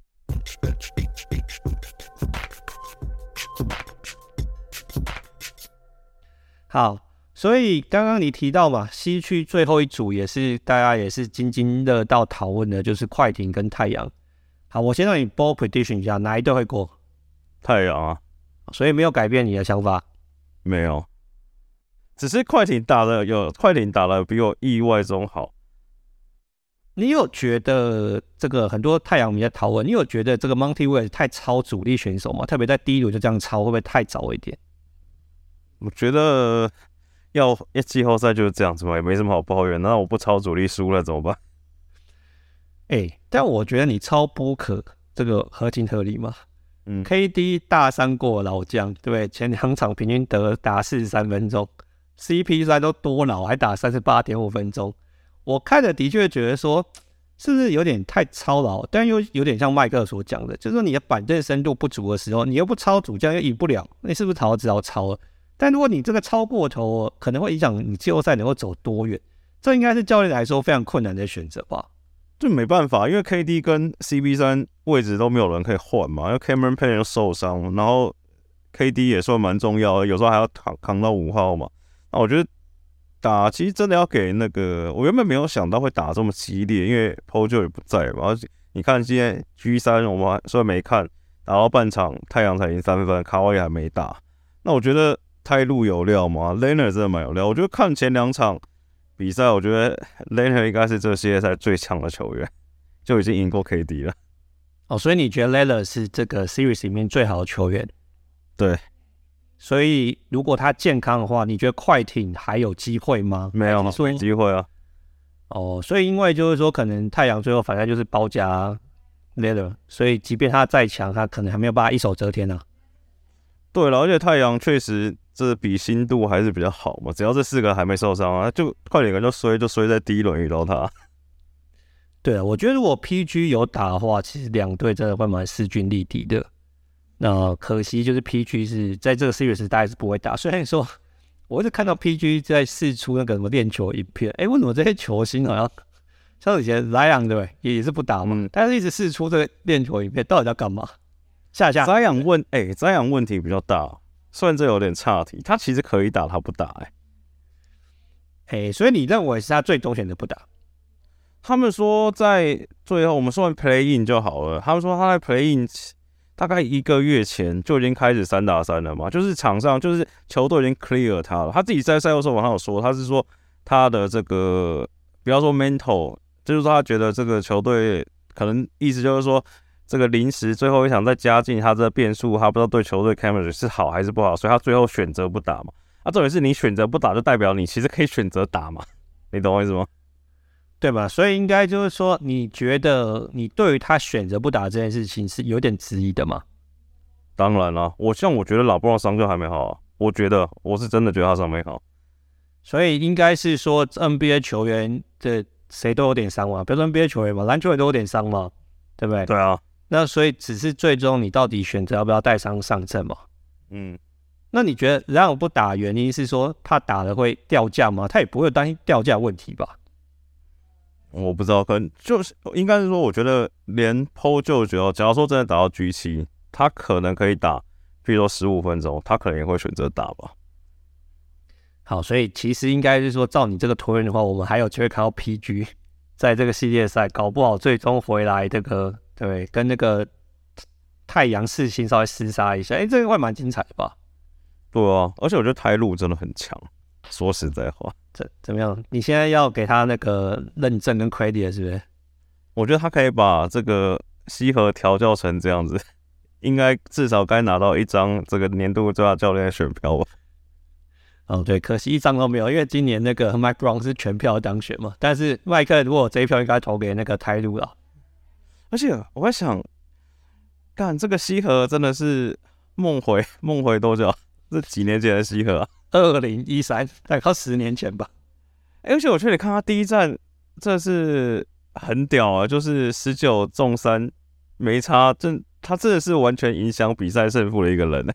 好，所以刚刚你提到嘛，西区最后一组也是大家也是津津乐道讨论的，就是快艇跟太阳。好，我先让你 ball prediction 一下，哪一队会过？ 太阳啊， 所以没有改变你的想法？ 没有，只是快艇打的比我意外中好。 你有觉得这个很多太阳迷在讨论，你有觉得这个 Monty Williams 太超主力选手吗？特别在第一轮就这样超，会不会太早一点？ 我觉得要季后赛就是这样子嘛，也没什么好抱怨。那我不超主力输了怎么办？ 但我觉得你超Booker这个合情合理嘛。KD 大3过老将，对不对？前2场平均打43分钟 ，CP3 都多老，还打38.5分钟。我看的确觉得说，是不是有点太操劳？但又有点像麦克所讲的，就是说你的板凳深度不足的时候，你又不超主将又赢不了，你是不是只好超了？但如果你这个超过头，可能会影响你季后赛能够走多远，这应该是教练来说非常困难的选择吧？ 就没办法，因为 KD 跟 CP3 位置都没有人可以换嘛，因为 Cameron Payne 又受伤，然后 KD 也算蛮重要的，有时候还要扛到5号嘛。那我觉得其实真的要给那个，我原本没有想到会打这么激烈，因为 Paul George 也不在嘛。而且你看今天 G3 我们虽然没看，打到半场太阳才赢3分，卡哇伊还没打。那我觉得泰路有料嘛 ，Leonard 真的蛮有料。我觉得看前2场比赛，我觉得 Leonard 应该是这个系列赛最强的球员，就已经赢过 KD 了。 哦，所以你觉得 Leonard 是这个 series 里面最好的球员？ 对。 所以如果他健康的话，你觉得快艇还有机会吗？ 没有机会啊。 哦，所以因为就是说，可能太阳最后反正就是包夹 Lillard， 所以即便他再强，他可能还没有办法一手遮天啊。 对了，而且太阳确实这比心度还是比较好嘛，只要这4个还没受伤啊，就快点就衰在第一轮遇到他。 对啊，我觉得如果 PG 有打的话，其实2队真的会蛮势均力敌的。那可惜就是 PG 是在这个 series 大概是不会打，虽然说我一直看到 PG 在释出那个什么练球影片，为什么这些球星好像以前 Zion 对不对，也是不打嘛，但是一直释出这个练球影片，到底在干嘛？ Zion 问题比较大，虽然这有点岔题，他其实可以打，他不打所以你认为是他最终选择不打？ 他们说在最后我们说完 play in 就好了，他们说他在 play in。大概1个月前就已经开始3打3了嘛，就是场上就是球队已经 clear 他了。他自己在赛后受访他有说，他是说他的这个不要说 mental， 就是说他觉得这个球队可能意思就是说这个临时最后一场再加进他这个变数，他不知道对球队 chemistry 是好还是不好，所以他最后选择不打嘛。重点是你选择不打，就代表你其实可以选择打嘛，你懂我意思吗？ 对吧？所以应该就是说，你觉得你对于他选择不打这件事情是有点质疑的吗？ 当然啦，我觉得老布朗伤就还没好啊，我是真的觉得他伤没好， 所以应该是说 NBA 球员的谁都有点伤嘛，比如说 NBA 球员嘛，篮球员都有点伤嘛，对不对？ 对啊。 那所以只是最终你到底选择要不要带伤上阵嘛？那你觉得让我不打原因是说怕打了会掉价吗？他也不会有担心掉价问题吧？ 我不知道，可能就是应该是说，我觉得连 Paul George， 假如说真的打到 G7， 他可能可以打，比如说15分钟，他可能也会选择打吧。 好，所以其实应该是说，照你这个推论的话，我们还有机会看到 PG 在这个系列赛，搞不好最终回来这个对跟那个太阳世星稍微厮杀一下，这个会蛮精彩的吧？ 对啊，而且我觉得台路真的很强，说实在话。 怎么样？你现在要给他那个认证跟 credit 是不是？ 我觉得他可以把这个西河调教成这样子，应该至少该拿到1张这个年度最佳教练的选票吧。 哦，对，可惜1张都没有，因为今年那个 Mike Brown 是全票当选嘛，但是麦克如果这一票应该投给那个台路了。 而且我在想，干这个西河真的是梦回多久？这几年前的西河啊 ，2013，大概10年前吧。 而且我觉得你看他第一站，这是很屌啊，就是19中3没差，他真的是完全影响比赛胜负的一个人。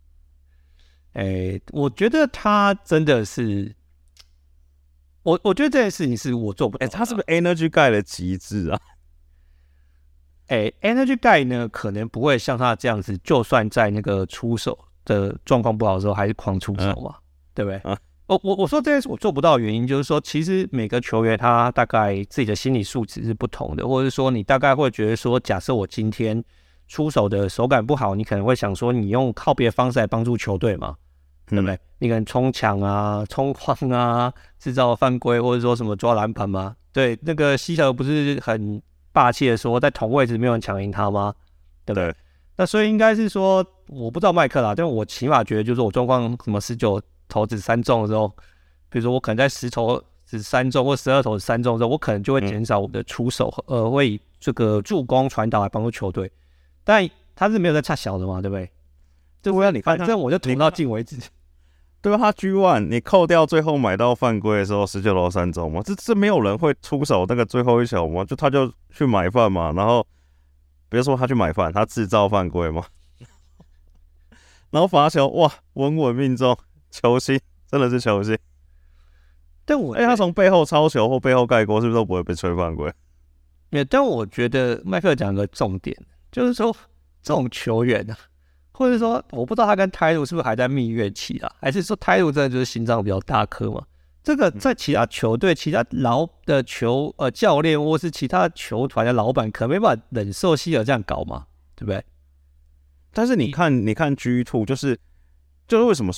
我觉得他真的是，我觉得这件事情是我做不到的。 他是不是 Energy Guy 的极致啊 ？Energy Guy 呢，可能不会像他这样子，就算在那个出手的状况不好的时候，还是狂出手嘛，对不对？我说这件事我做不到的原因，就是说，其实每个球员他大概自己的心理素质是不同的，或者是说你大概会觉得说，假设我今天出手的手感不好，你可能会想说，你用靠别的方式来帮助球队嘛，对不对？你可能冲抢啊、冲框啊、制造犯规，或者说什么抓篮板嘛。对，那个希特不是很霸气的说，在同位置没有人抢赢他吗？对不对？那所以应该是说，我不知道麦克啦，但我起码觉得，就是我状况什么19投只3中的时候，比如说我可能在10投只3中，或12投只3中的时候，我可能就会减少我的出手，会以这个助攻传导来帮助球队。但他是没有在差小的嘛，对不对？就反正我就投到进为止。 对吧？他 G1， 你扣掉最后买到犯规的时候19投3中嘛，这没有人会出手那个最后一球嘛，他就去买饭嘛，然后别说他去买饭，他制造犯规嘛，然后罚球哇，稳稳命中，球星真的是球星。 但他从背后抄球或背后盖锅，是不是都不会被吹犯规？ 但我觉得麦克讲个重点，就是说这种球员啊。或者说，我不知道他跟泰路是不是还在蜜月期啊？还是说泰路真的就是心脏比较大颗嘛？这个在其他球队、其他的教练或是其他球团的老板，可能没办法忍受希尔这样搞嘛，对不对？ 但是你看 G2， 就是为什么说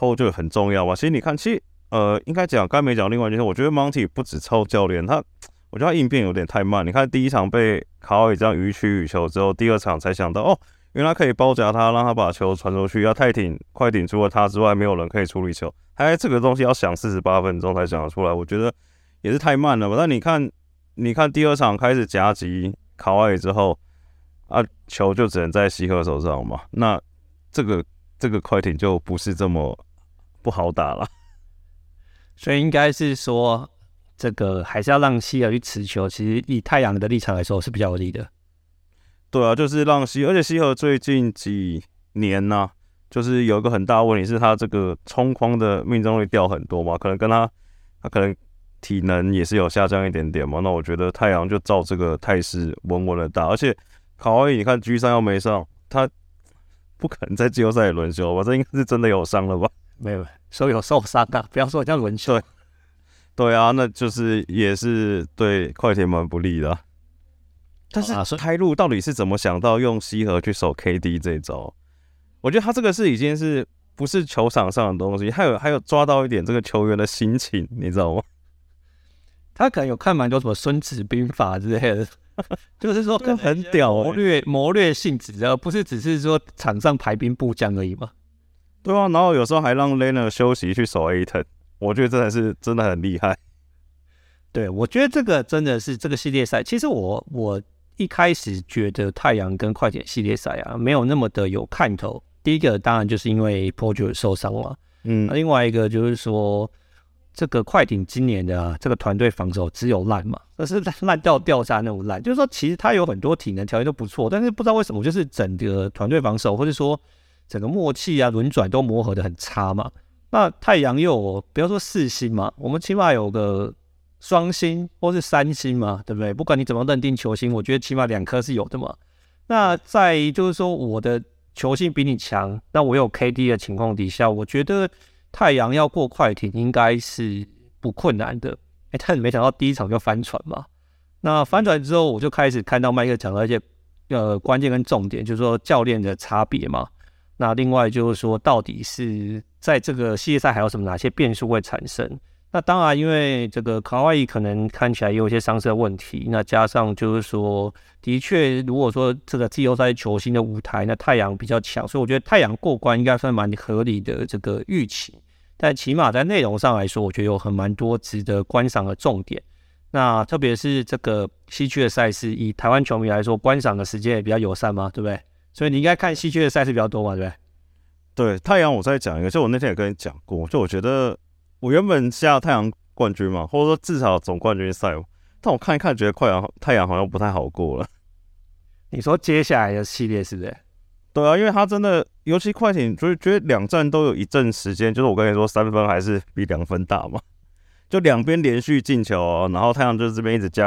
PO 就很重要嘛。其实你看，应该讲刚没讲另外一件事，我觉得 Monty 不止超教练，我觉得他应变有点太慢。你看第一场被卡哇伊这样予取予求之后，第二场才想到哦，原来可以包夹他，让他把球传出去。要快艇除了他之外，没有人可以处理球。这个东西要想48分钟才想得出来，我觉得也是太慢了吧。但你看第二场开始夹击卡哇伊之后，球就只能在希赫手上嘛。那这个快艇就不是这么不好打了。 所以应该是说，这个还是要让希尔去持球，其实以太阳的立场来说是比较有利的。 对啊，就是让而且希尔最近几年呢，就是有一个很大的问题是他这个冲框的命中率掉很多嘛，可能跟他可能体能也是有下降一点点嘛。那我觉得太阳就照这个态势稳稳的打，而且卡哇伊你看 G3 又没上，他不可能在季后赛轮休吧？这应该是真的有伤了吧？ 没有，说有受伤啊，不要说叫轮休。 对啊，那就是也是对快艇蛮不利的但是开路到底是怎么想到用希尔去守 KD 这一招？我觉得他这个是已经是不是球场上的东西，还有抓到一点这个球员的心情，你知道吗？ 他可能有看蛮多什么《孙子兵法》之类的，就是说很屌谋略性质，而不是只是说场上排兵布将而已嘛。 对啊，然后有时候还让 Leonard 休息去守 Ayton， 我觉得真的很厉害。 对，我觉得这个真的是这个系列赛，其实我一开始觉得太阳跟快艇系列赛啊没有那么的有看头。第一个当然就是因为 Paul George 受伤嘛，另外一个就是说这个快艇今年的这个团队防守只有烂嘛，但是烂到掉下那种烂，就是说其实他有很多体能条件都不错，但是不知道为什么就是整个团队防守或者说整个默契啊轮转都磨合的很差嘛。那太阳又有不要说4星嘛，我们起码有个双星或是3星嘛，对不对？不管你怎么认定球星，我觉得起码2颗是有的嘛。那在就是说我的球星比你强，那我有 KD 的情况底下，我觉得太阳要过快艇应该是不困难的。但没想到第一场就翻船嘛。那翻船之后，我就开始看到麦克讲到一些关键跟重点，就是说教练的差别嘛。那另外就是说，到底是在这个系列赛还有什么哪些变数会产生？那当然，因为这个卡哇伊可能看起来也有一些伤势的问题，那加上就是说，的确，如果说这个季后赛球星的舞台，那太阳比较强，所以我觉得太阳过关应该算蛮合理的这个预期。但起码在内容上来说，我觉得有蛮多值得观赏的重点。那特别是这个西区的赛事，以台湾球迷来说，观赏的时间也比较友善嘛，对不对？所以你应该看西区的赛事比较多嘛，对不对？ 对，太阳我再讲一个，就我那天也跟你讲过，就我觉得我原本下太阳冠军嘛，或者说至少总冠军赛，但我看一看觉得太阳好像不太好过了。 你说接下来的系列是不是？ 对啊，因为他真的，尤其快艇，就是觉得2战都有一阵时间，就是我跟你说3分还是比2分大嘛，就两边连续进球然后太阳就是这边一直加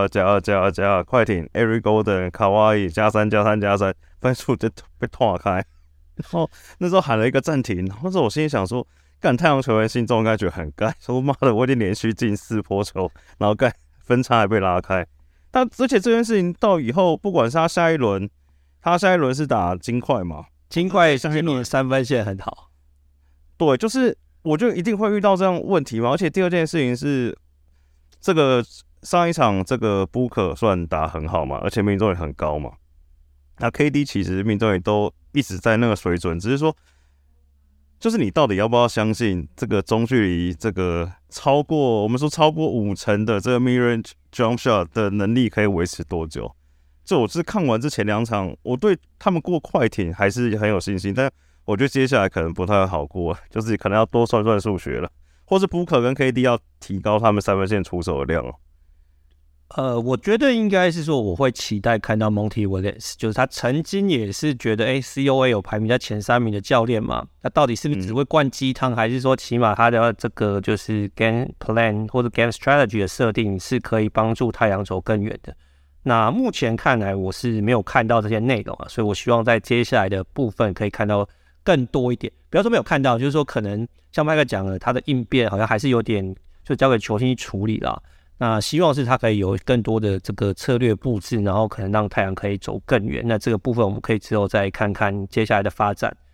2，快艇 Eric Gordon 卡哇伊+3，分数就被拖开，然后那时候喊了一个暂停，那时候我心里想说，干太阳球员心中应该觉得很干，说妈的我已经连续进4波球，然后干分差还被拉开，但而且这件事情到以后，不管是他下一轮是打金块嘛， 金块今年3分线很好， 对，就是我就一定会遇到这样问题嘛。而且第二件事情是，这个上一场这个 Booker 算打很好嘛，而且命中率很高嘛。那 KD 其实命中率都一直在那个水准，只是说，就是你到底要不要相信这个中距离这个我们说超过50%的这个 mid-range jump shot 的能力可以维持多久？就我是看完之前2场，我对他们过快艇还是很有信心，但我觉得接下来可能不太好过，就是可能要多算算数学了，或是 Booker 跟 KD 要提高他们3分线出手的量我觉得应该是说，我会期待看到 Monty Williams， 就是他曾经也是觉得COA 有排名在前3名的教练嘛，那到底是不是只会灌鸡汤，还是说起码他的这个就是 game plan 或者 game strategy 的设定是可以帮助太阳走更远的？那目前看来我是没有看到这些内容所以我希望在接下来的部分可以看到更多一点。不要说没有看到，就是说可能像麦克讲了，他的应变好像还是有点就交给球星去处理啦。那希望是他可以有更多的这个策略布置，然后可能让太阳可以走更远。那这个部分我们可以之后再看看接下来的发展。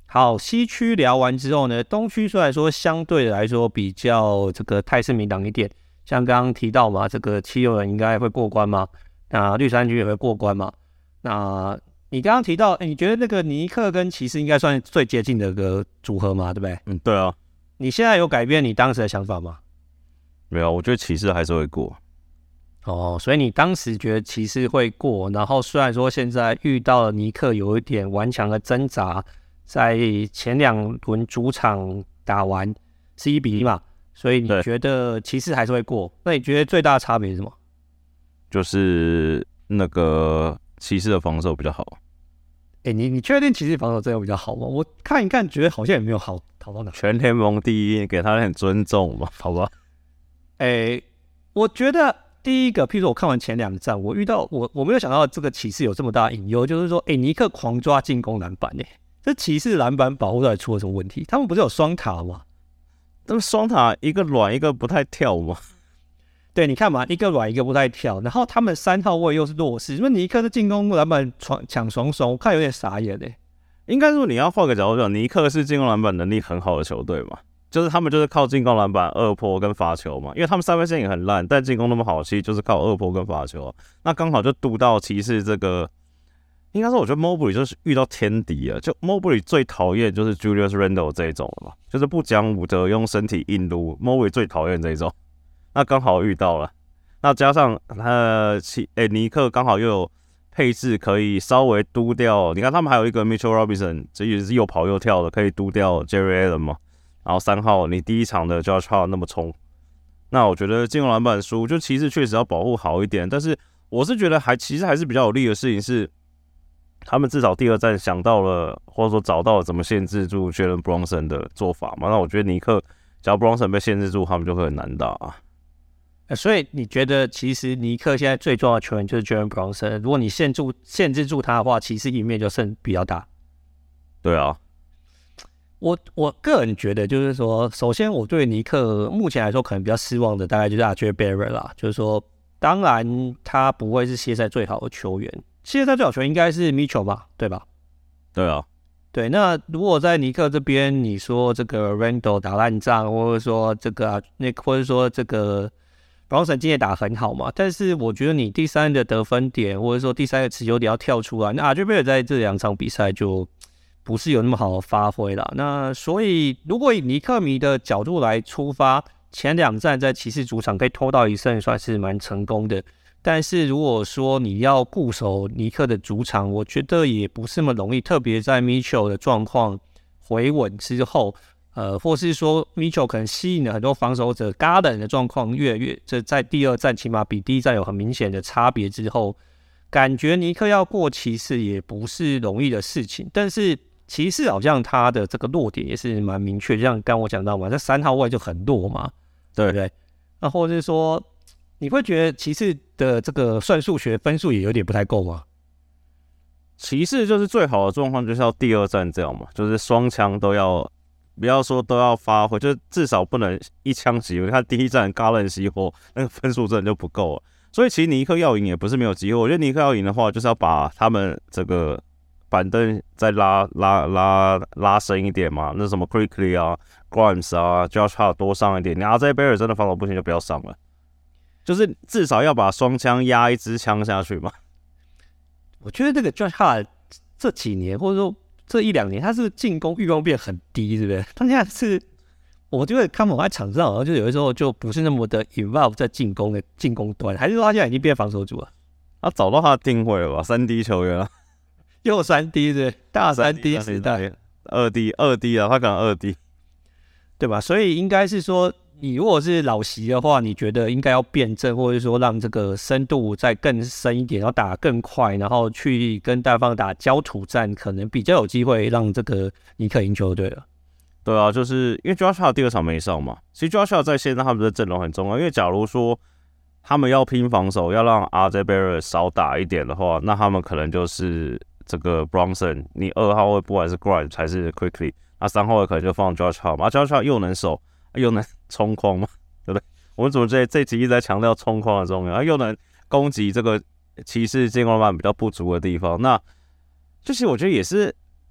好，西区聊完之后呢，东区虽然说相对的来说比较这个态势明朗一点，像刚刚提到嘛，这个七六人应该会过关嘛，那绿衫军也会过关嘛。那你刚刚提到，你觉得那个尼克跟骑士应该算最接近的一个组合嘛，对不对？ 对啊。 你现在有改变你当时的想法吗？ 没有，我觉得骑士还是会过。 哦，所以你当时觉得骑士会过，然后虽然说现在遇到了尼克有一点顽强的挣扎，在前2轮主场打完是1-1嘛，所以你觉得骑士还是会过？那你觉得最大的差别是什么？ 就是那个骑士的防守比较好。 你确定骑士防守真的比较好吗？我看一看，觉得好像也没有好到哪。 全联盟第一，给他点尊重嘛，好吧？ 我觉得第一个，譬如说我看完前2战，我没有想到这个骑士有这么大的隐忧，就是说，尼克狂抓进攻篮板，这骑士篮板保护到底出了什么问题？他们不是有双塔吗？ 他们双塔一个软一个不太跳吗？ 对，你看嘛，一个软一个不太跳，然后他们3号位又是弱势，因为尼克的进攻篮板抢双双，我看有点傻眼应该说你要换个角度讲，尼克是进攻篮板能力很好的球队嘛，就是他们就是靠进攻篮板、二波跟罚球嘛，因为他们三分线也很烂，但进攻那么好，其实就是靠二波跟罚球啊。那刚好就渡到骑士这个，应该说我觉得 Mobley 就是遇到天敌了，就 Mobley 最讨厌就是 Julius Randle 这一种了嘛，就是不讲武德用身体硬撸 ，Mobley 最讨厌这一种。那刚好遇到了，那加上尼克刚好又有配置可以稍微嘟掉，你看他们还有一个 Mitchell Robinson， 这也是又跑又跳的，可以嘟掉 Jerry Allen 嘛。然后3号你第一场的 Josh Hart 那么冲，那我觉得进攻篮板输就骑士确实要保护好一点，但是我是觉得其实还是比较有利的事情是，他们至少第2战想到了或者说找到了怎么限制住 Jalen Brunson 的做法嘛。那我觉得尼克只要 Brunson 被限制住，他们就会很难打啊。 所以你觉得其实尼克现在最重要的球员就是 Jalen Brunson， 如果你限制住他的话，其实赢面就剩比较大。 对啊， 我个人觉得就是说，首先我对尼克目前来说可能比较失望的大概就是 RJ Barrett 啦，就是说，当然他不会是系列赛最好的球员，系列赛最好球员应该是 Mitchell 吧，对吧？ 对啊。 对，那如果在尼克这边，你说这个 Randle 打烂仗，或者说这个或者说这个 Brunson 今天也打很好嘛，但是我觉得你第3的得分点，或者说第3个持球点要跳出来，那 RJ Barrett 在这2场比赛就不是有那么好的发挥啦。那所以如果以尼克迷的角度来出发，前2战在骑士主场可以偷到1胜，算是蛮成功的。但是如果说你要固守尼克的主场，我觉得也不是那么容易，特别在 Mitchell 的状况回稳之后，或是说 Mitchell 可能吸引了很多防守者 ，Garden 的状况这在第2战起码比第1战有很明显的差别之后，感觉尼克要过骑士也不是容易的事情。但是骑士好像他的这个弱点也是蛮明确，像刚我讲到嘛，在3号位就很弱嘛，对不对？那或者是说，你会觉得骑士的这个算数学分数也有点不太够吗？ 骑士就是最好的状况就是要第2战这样嘛，就是双枪都要，不要说都要发挥，就是至少不能一枪熄火。你看第1战Garland熄火，那个分数真的就不够了。所以其实尼克要赢也不是没有机会，我觉得尼克要赢的话，就是要把他们这个板凳再拉深一点嘛，那什么 Quickly 啊、Grimes 啊、Josh Hart 多上一点。你RJ Barrett 真的防守不行就不要上了。就是至少要把双枪压1支枪下去嘛。 我觉得这个 Josh Hart 这几年或者说这1-2年，他是进攻欲望变很低，对不对？他现在是，我觉得看我在场上好像就有的时候就不是那么的 involve 在进攻端，还是说他现在已经变防守组了？ 他找到他的定位了吧？3D 球员啊， 又3D 对，大3D 时代 ，2D 啊，他可能2D， 对吧？所以应该是说，你如果是老席的话，你觉得应该要辩证，或者说让这个深度再更深一点，然后打更快，然后去跟对方打焦土战，可能比较有机会让这个尼克赢球，对了。 对啊，就是因为 Josh Hart 第2场没上嘛，其实 Josh Hart 在现在他们的阵容很重要，因为假如说他们要拼防守，要让 RJ Barrett 少打一点的话，那他们可能就是这个 Brunson， 你2号位不管是 Grimes 还是 Quickly， 那3号位可能就放 Josh Hart 嘛， Josh Hart 又能守又能冲框嘛，对不对？我们怎么这集一直在强调冲框的重要，又能攻击这个骑士进攻篮板比较不足的地方，那就是我觉得也是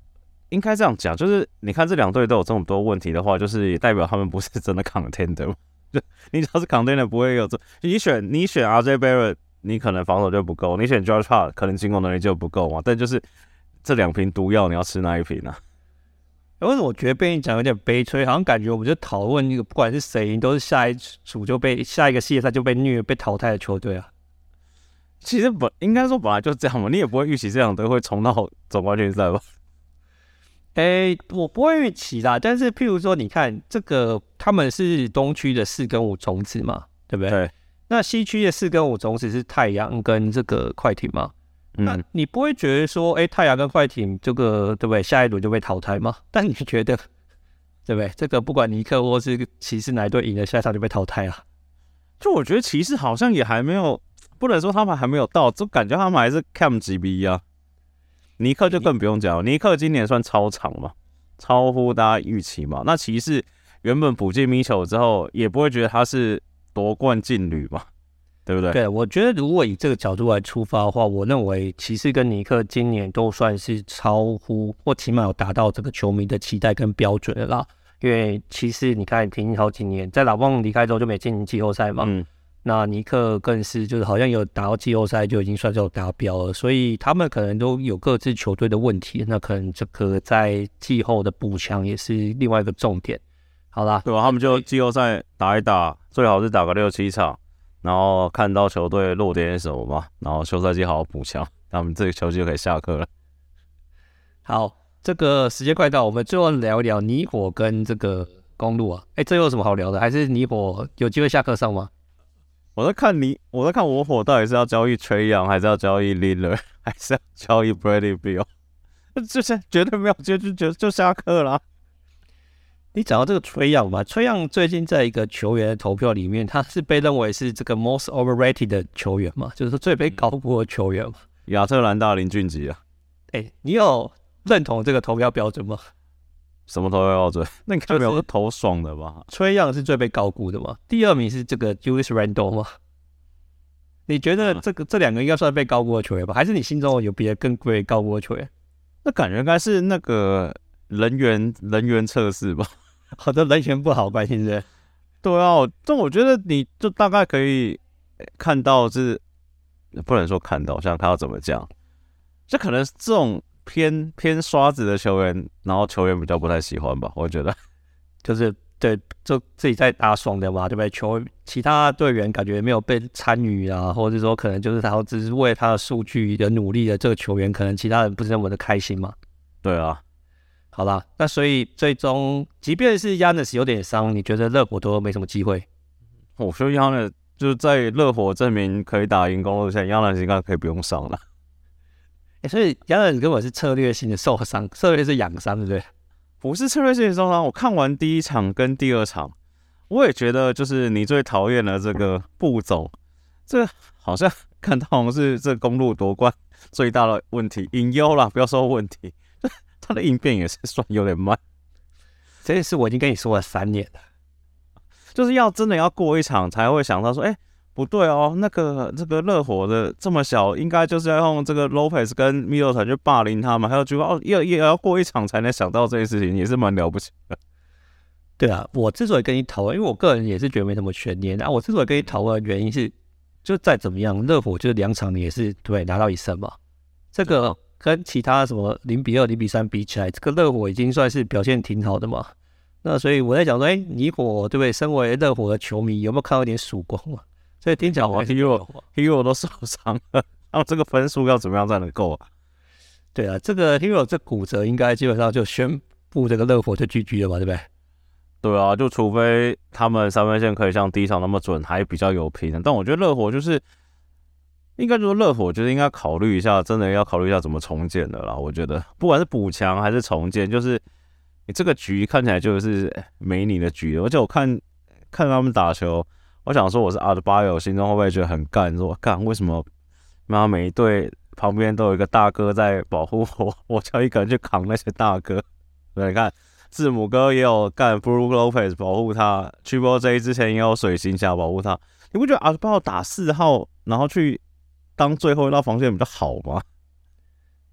应该这样讲，就是你看这两队都有这么多问题的话，就是也代表他们不是真的 contender 嘛。就你只要是 contender 不会有这，你选 RJ Barrett， 你可能防守就不够；你选 Josh Hart， 可能进攻能力就不够嘛。但就是这2瓶毒药，你要吃哪一瓶啊？ 为什么我觉得被你讲有点悲催？好像感觉我们就讨论那个，不管是谁赢，都是下一个系列赛就被虐被淘汰的球队啊。 其实应该说本来就这样嘛，你也不会预期这两队会冲到总冠军赛吧？ 我不会预期啦。但是譬如说，你看这个他们是东区的4跟5种子嘛，对不对？ 对。 那西区的4跟5种子是太阳跟这个快艇嘛？那你不会觉得说，太阳跟快艇这个对不对？下一轮就被淘汰吗？但你觉得对不对？这个不管尼克或是骑士哪一队赢了，下一场就被淘汰啊？ 就我觉得骑士好像也还没有。不能说他们还没有到，就感觉他们还是 Cam 级别啊。尼克就更不用讲了，尼克今年算超长嘛，超乎大家预期嘛。那骑士原本补进米球之后，也不会觉得他是夺冠劲旅嘛，对不对？ 对，我觉得如果以这个角度来出发的话，我认为骑士跟尼克今年都算是超乎或起码有达到这个球迷的期待跟标准的啦。因为骑士你看停好几年，在老棒离开之后就没进季后赛嘛。那尼克更是就是好像有打到季后赛就已经算是有达标了，所以他们可能都有各自球队的问题，那可能这个在季后的补强也是另外一个重点。好啦， 对吧？他们就季后赛打一打，最好是打个6-7场，然后看到球队弱点是什么嘛，然后休赛季好好补强，他们这个球季就可以下课了。 好，这个时间快到，我们最后聊一聊泥火跟这个公路啊。这有什么好聊的？还是泥火有机会下课上吗？ 我在看我火到底是要交易Trae Young，还是要交易 Lillard， 还是要交易 Bradley Beal？ 就是绝对没有就下课啦。 你讲到这个Trae Young吧，Trae Young最近在一个球员的投票里面，他是被认为是这个 most overrated 的球员嘛，就是最被高估的球员嘛。 亚特兰大林俊杰啊， 你有认同这个投票标准吗？ 什么投票标准？那你看没有投爽的吧 ？Trae Young是最被高估的嘛？第2名是这个 Julius Randle 吗？你觉得这2个应该算被高估的球员吧？还是你心中有别的更被高估的球员？ 那感觉应该是那个人员测试吧？ 好的，人员不好，关心是？ 对啊，但我觉得你就大概可以看到，是不能说看到，想看到怎么讲，就可能这种。偏刷子的球员，然后球员比较不太喜欢吧，我觉得就是对，就自己在打爽的嘛，对不对？其他队员感觉没有被参与啊，或者说可能就是他只是为了他的数据的努力的这个球员，可能其他人不是那么的开心嘛。 对啊， 好啦，那所以最终，即便是 Giannis 有点伤，你觉得热火都没什么机会？ 我觉得 Giannis 就是在热火证明可以打赢公路线，Giannis 应该可以不用上了。 所以Giannis根本是策略性的受伤，策略是养伤，对不对？ 不是策略性的受伤。我看完第1场跟第2场，我也觉得就是你最讨厌的这个布总，这好像看到好像是这公路夺冠最大的问题，隐忧啦，不要说问题，他的应变也是算有点慢。 这件事我已经跟你说了3年了， 就是真的要过一场才会想到说，不对哦，这个热火的这么小，应该就是要用这个 Lopez 跟 Middleton 去霸凌他们，还有觉得也要过一场才能想到这件事情，也是蛮了不起的。 对啊，我之所以跟你讨论，因为我个人也是觉得没什么悬念啊。我之所以跟你讨论的原因是，就再怎么样，热火就是2场也是对拿到1胜嘛。这个跟其他什么0-2、0-3比起来，这个热火已经算是表现挺好的嘛。那所以我在讲说，泥火对不对？身为热火的球迷，有没有看到一点曙光啊？所以听起来 Hero 都受伤了，那这个分数要怎么样才能够啊？ 对啊，这个 Hero 这骨折应该基本上就宣布这个热火就 GG 了嘛，对不对？ 对啊，就除非他们3分线可以像第1场那么准，还比较有拼。但我觉得热火就是应该说热火就是应该考虑一下，真的要考虑一下怎么重建的啦。我觉得不管是补强还是重建，就是你这个局看起来就是没你的局了。而且我看他们打球。我想说我是阿德巴约，心中会不会觉得很干？说干为什么每一队旁边都有一个大哥在保护我，我就一个人去扛那些大哥。对，你看字母哥也有干 Brook Lopez 保护他 ，Triple J 之前也有水行侠保护他。你不觉得阿德巴约打4号，然后去当最后一道防线比较好吗？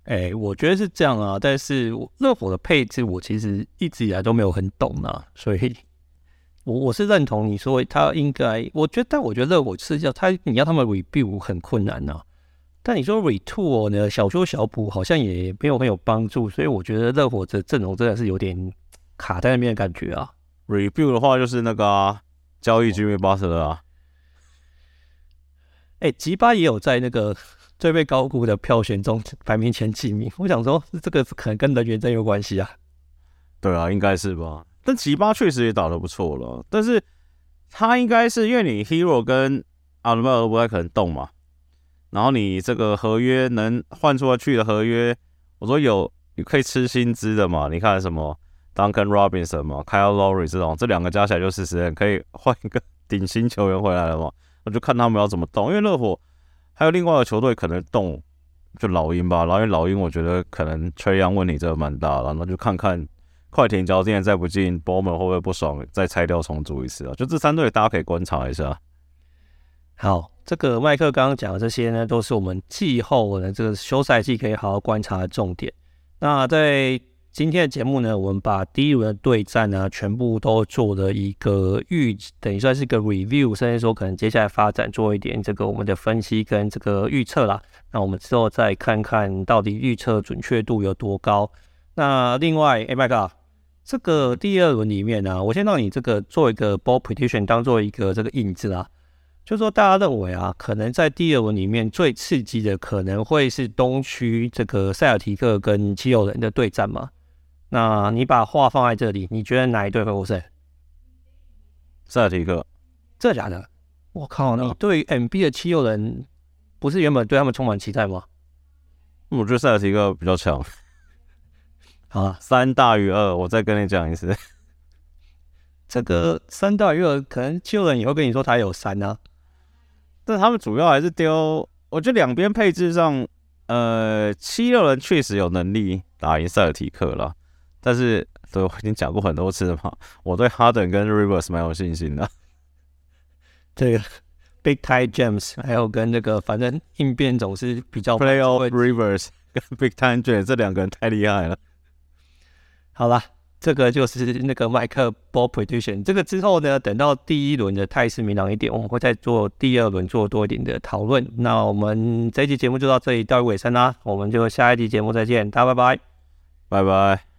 我觉得是这样啊，但是热火的配置我其实一直以来都没有很懂啊，所以我是认同你说他应该，但我觉得热火是你要他们 rebuild 很困难啊。但你说 retool 呢，小修小补好像也没有很有帮助，所以我觉得热火的阵容真的是有点卡在那边的感觉啊。 Rebuild 的话就是那个交易 Jimmy Butler 啊。 吉巴也有在那个最被高估的票选中排名前几名，我想说这个可能跟人员真有关系啊。 对啊，应该是吧。但吉巴确实也打得不错了，但是他应该是因为你 Hero 跟阿伦巴都不太可能动嘛，然后你这个合约能换出去的合约，我说有可以吃薪资的嘛？你看什么 Duncan Robinson 嘛 ，Kyle Lowry 这两个加起来就40人，可以换一个顶薪球员回来了嘛？我就看他们要怎么动，因为热火还有另外一个球队可能动，就老鹰吧。然后因为老鹰我觉得可能Trae Young问题真的蛮大的，然后就看看快艇，假如今年再不进 ，Bowman 会不会不爽，再拆掉重组一次啊？就这3队大家可以观察一下。 好，这个麦克刚刚讲的这些呢，都是我们季后的这个休赛季可以好好观察的重点。那在今天的节目呢，我们把第一轮的对战呢，全部都做了一个等于算是一个 review， 甚至说可能接下来发展做一点这个我们的分析跟这个预测啦。那我们之后再看看到底预测准确度有多高。那另外，麦克，这个第2轮里面呢，我先让你这个做一个 ball prediction 当做一个这个引子啊。就是说大家认为啊，可能在第2轮里面最刺激的可能会是东区这个塞尔提克跟七六人的对战嘛？那你把话放在这里，你觉得哪一队会获胜？ 塞尔提克。 真的假的？我靠！你对 MB 的七六人不是原本对他们充满期待吗？ 我觉得塞尔提克比较强。 好啊 ，3大于2，我再跟你讲一次。 这个3大于2，可能七六人也会跟你说他有3啊。 但他们主要还是丢，我觉得两边配置上，七六人确实有能力打赢塞尔提克啦。但是，对，我已经讲过很多次了嘛，我对哈登跟 Rivers 蛮有信心的。 这个 Big Time James 还有跟那个反正应变总是比较 Playoff Rivers 跟 Big Time James 这2个人太厉害了。 好啦，这个就是那个麦克 ball prediction。这个之后呢，等到第1轮的态势明朗一点，我们会再做第2轮做多一点的讨论。那我们这一期节目就到这里到尾声啦，我们就下一期节目再见，大家拜拜， 拜拜。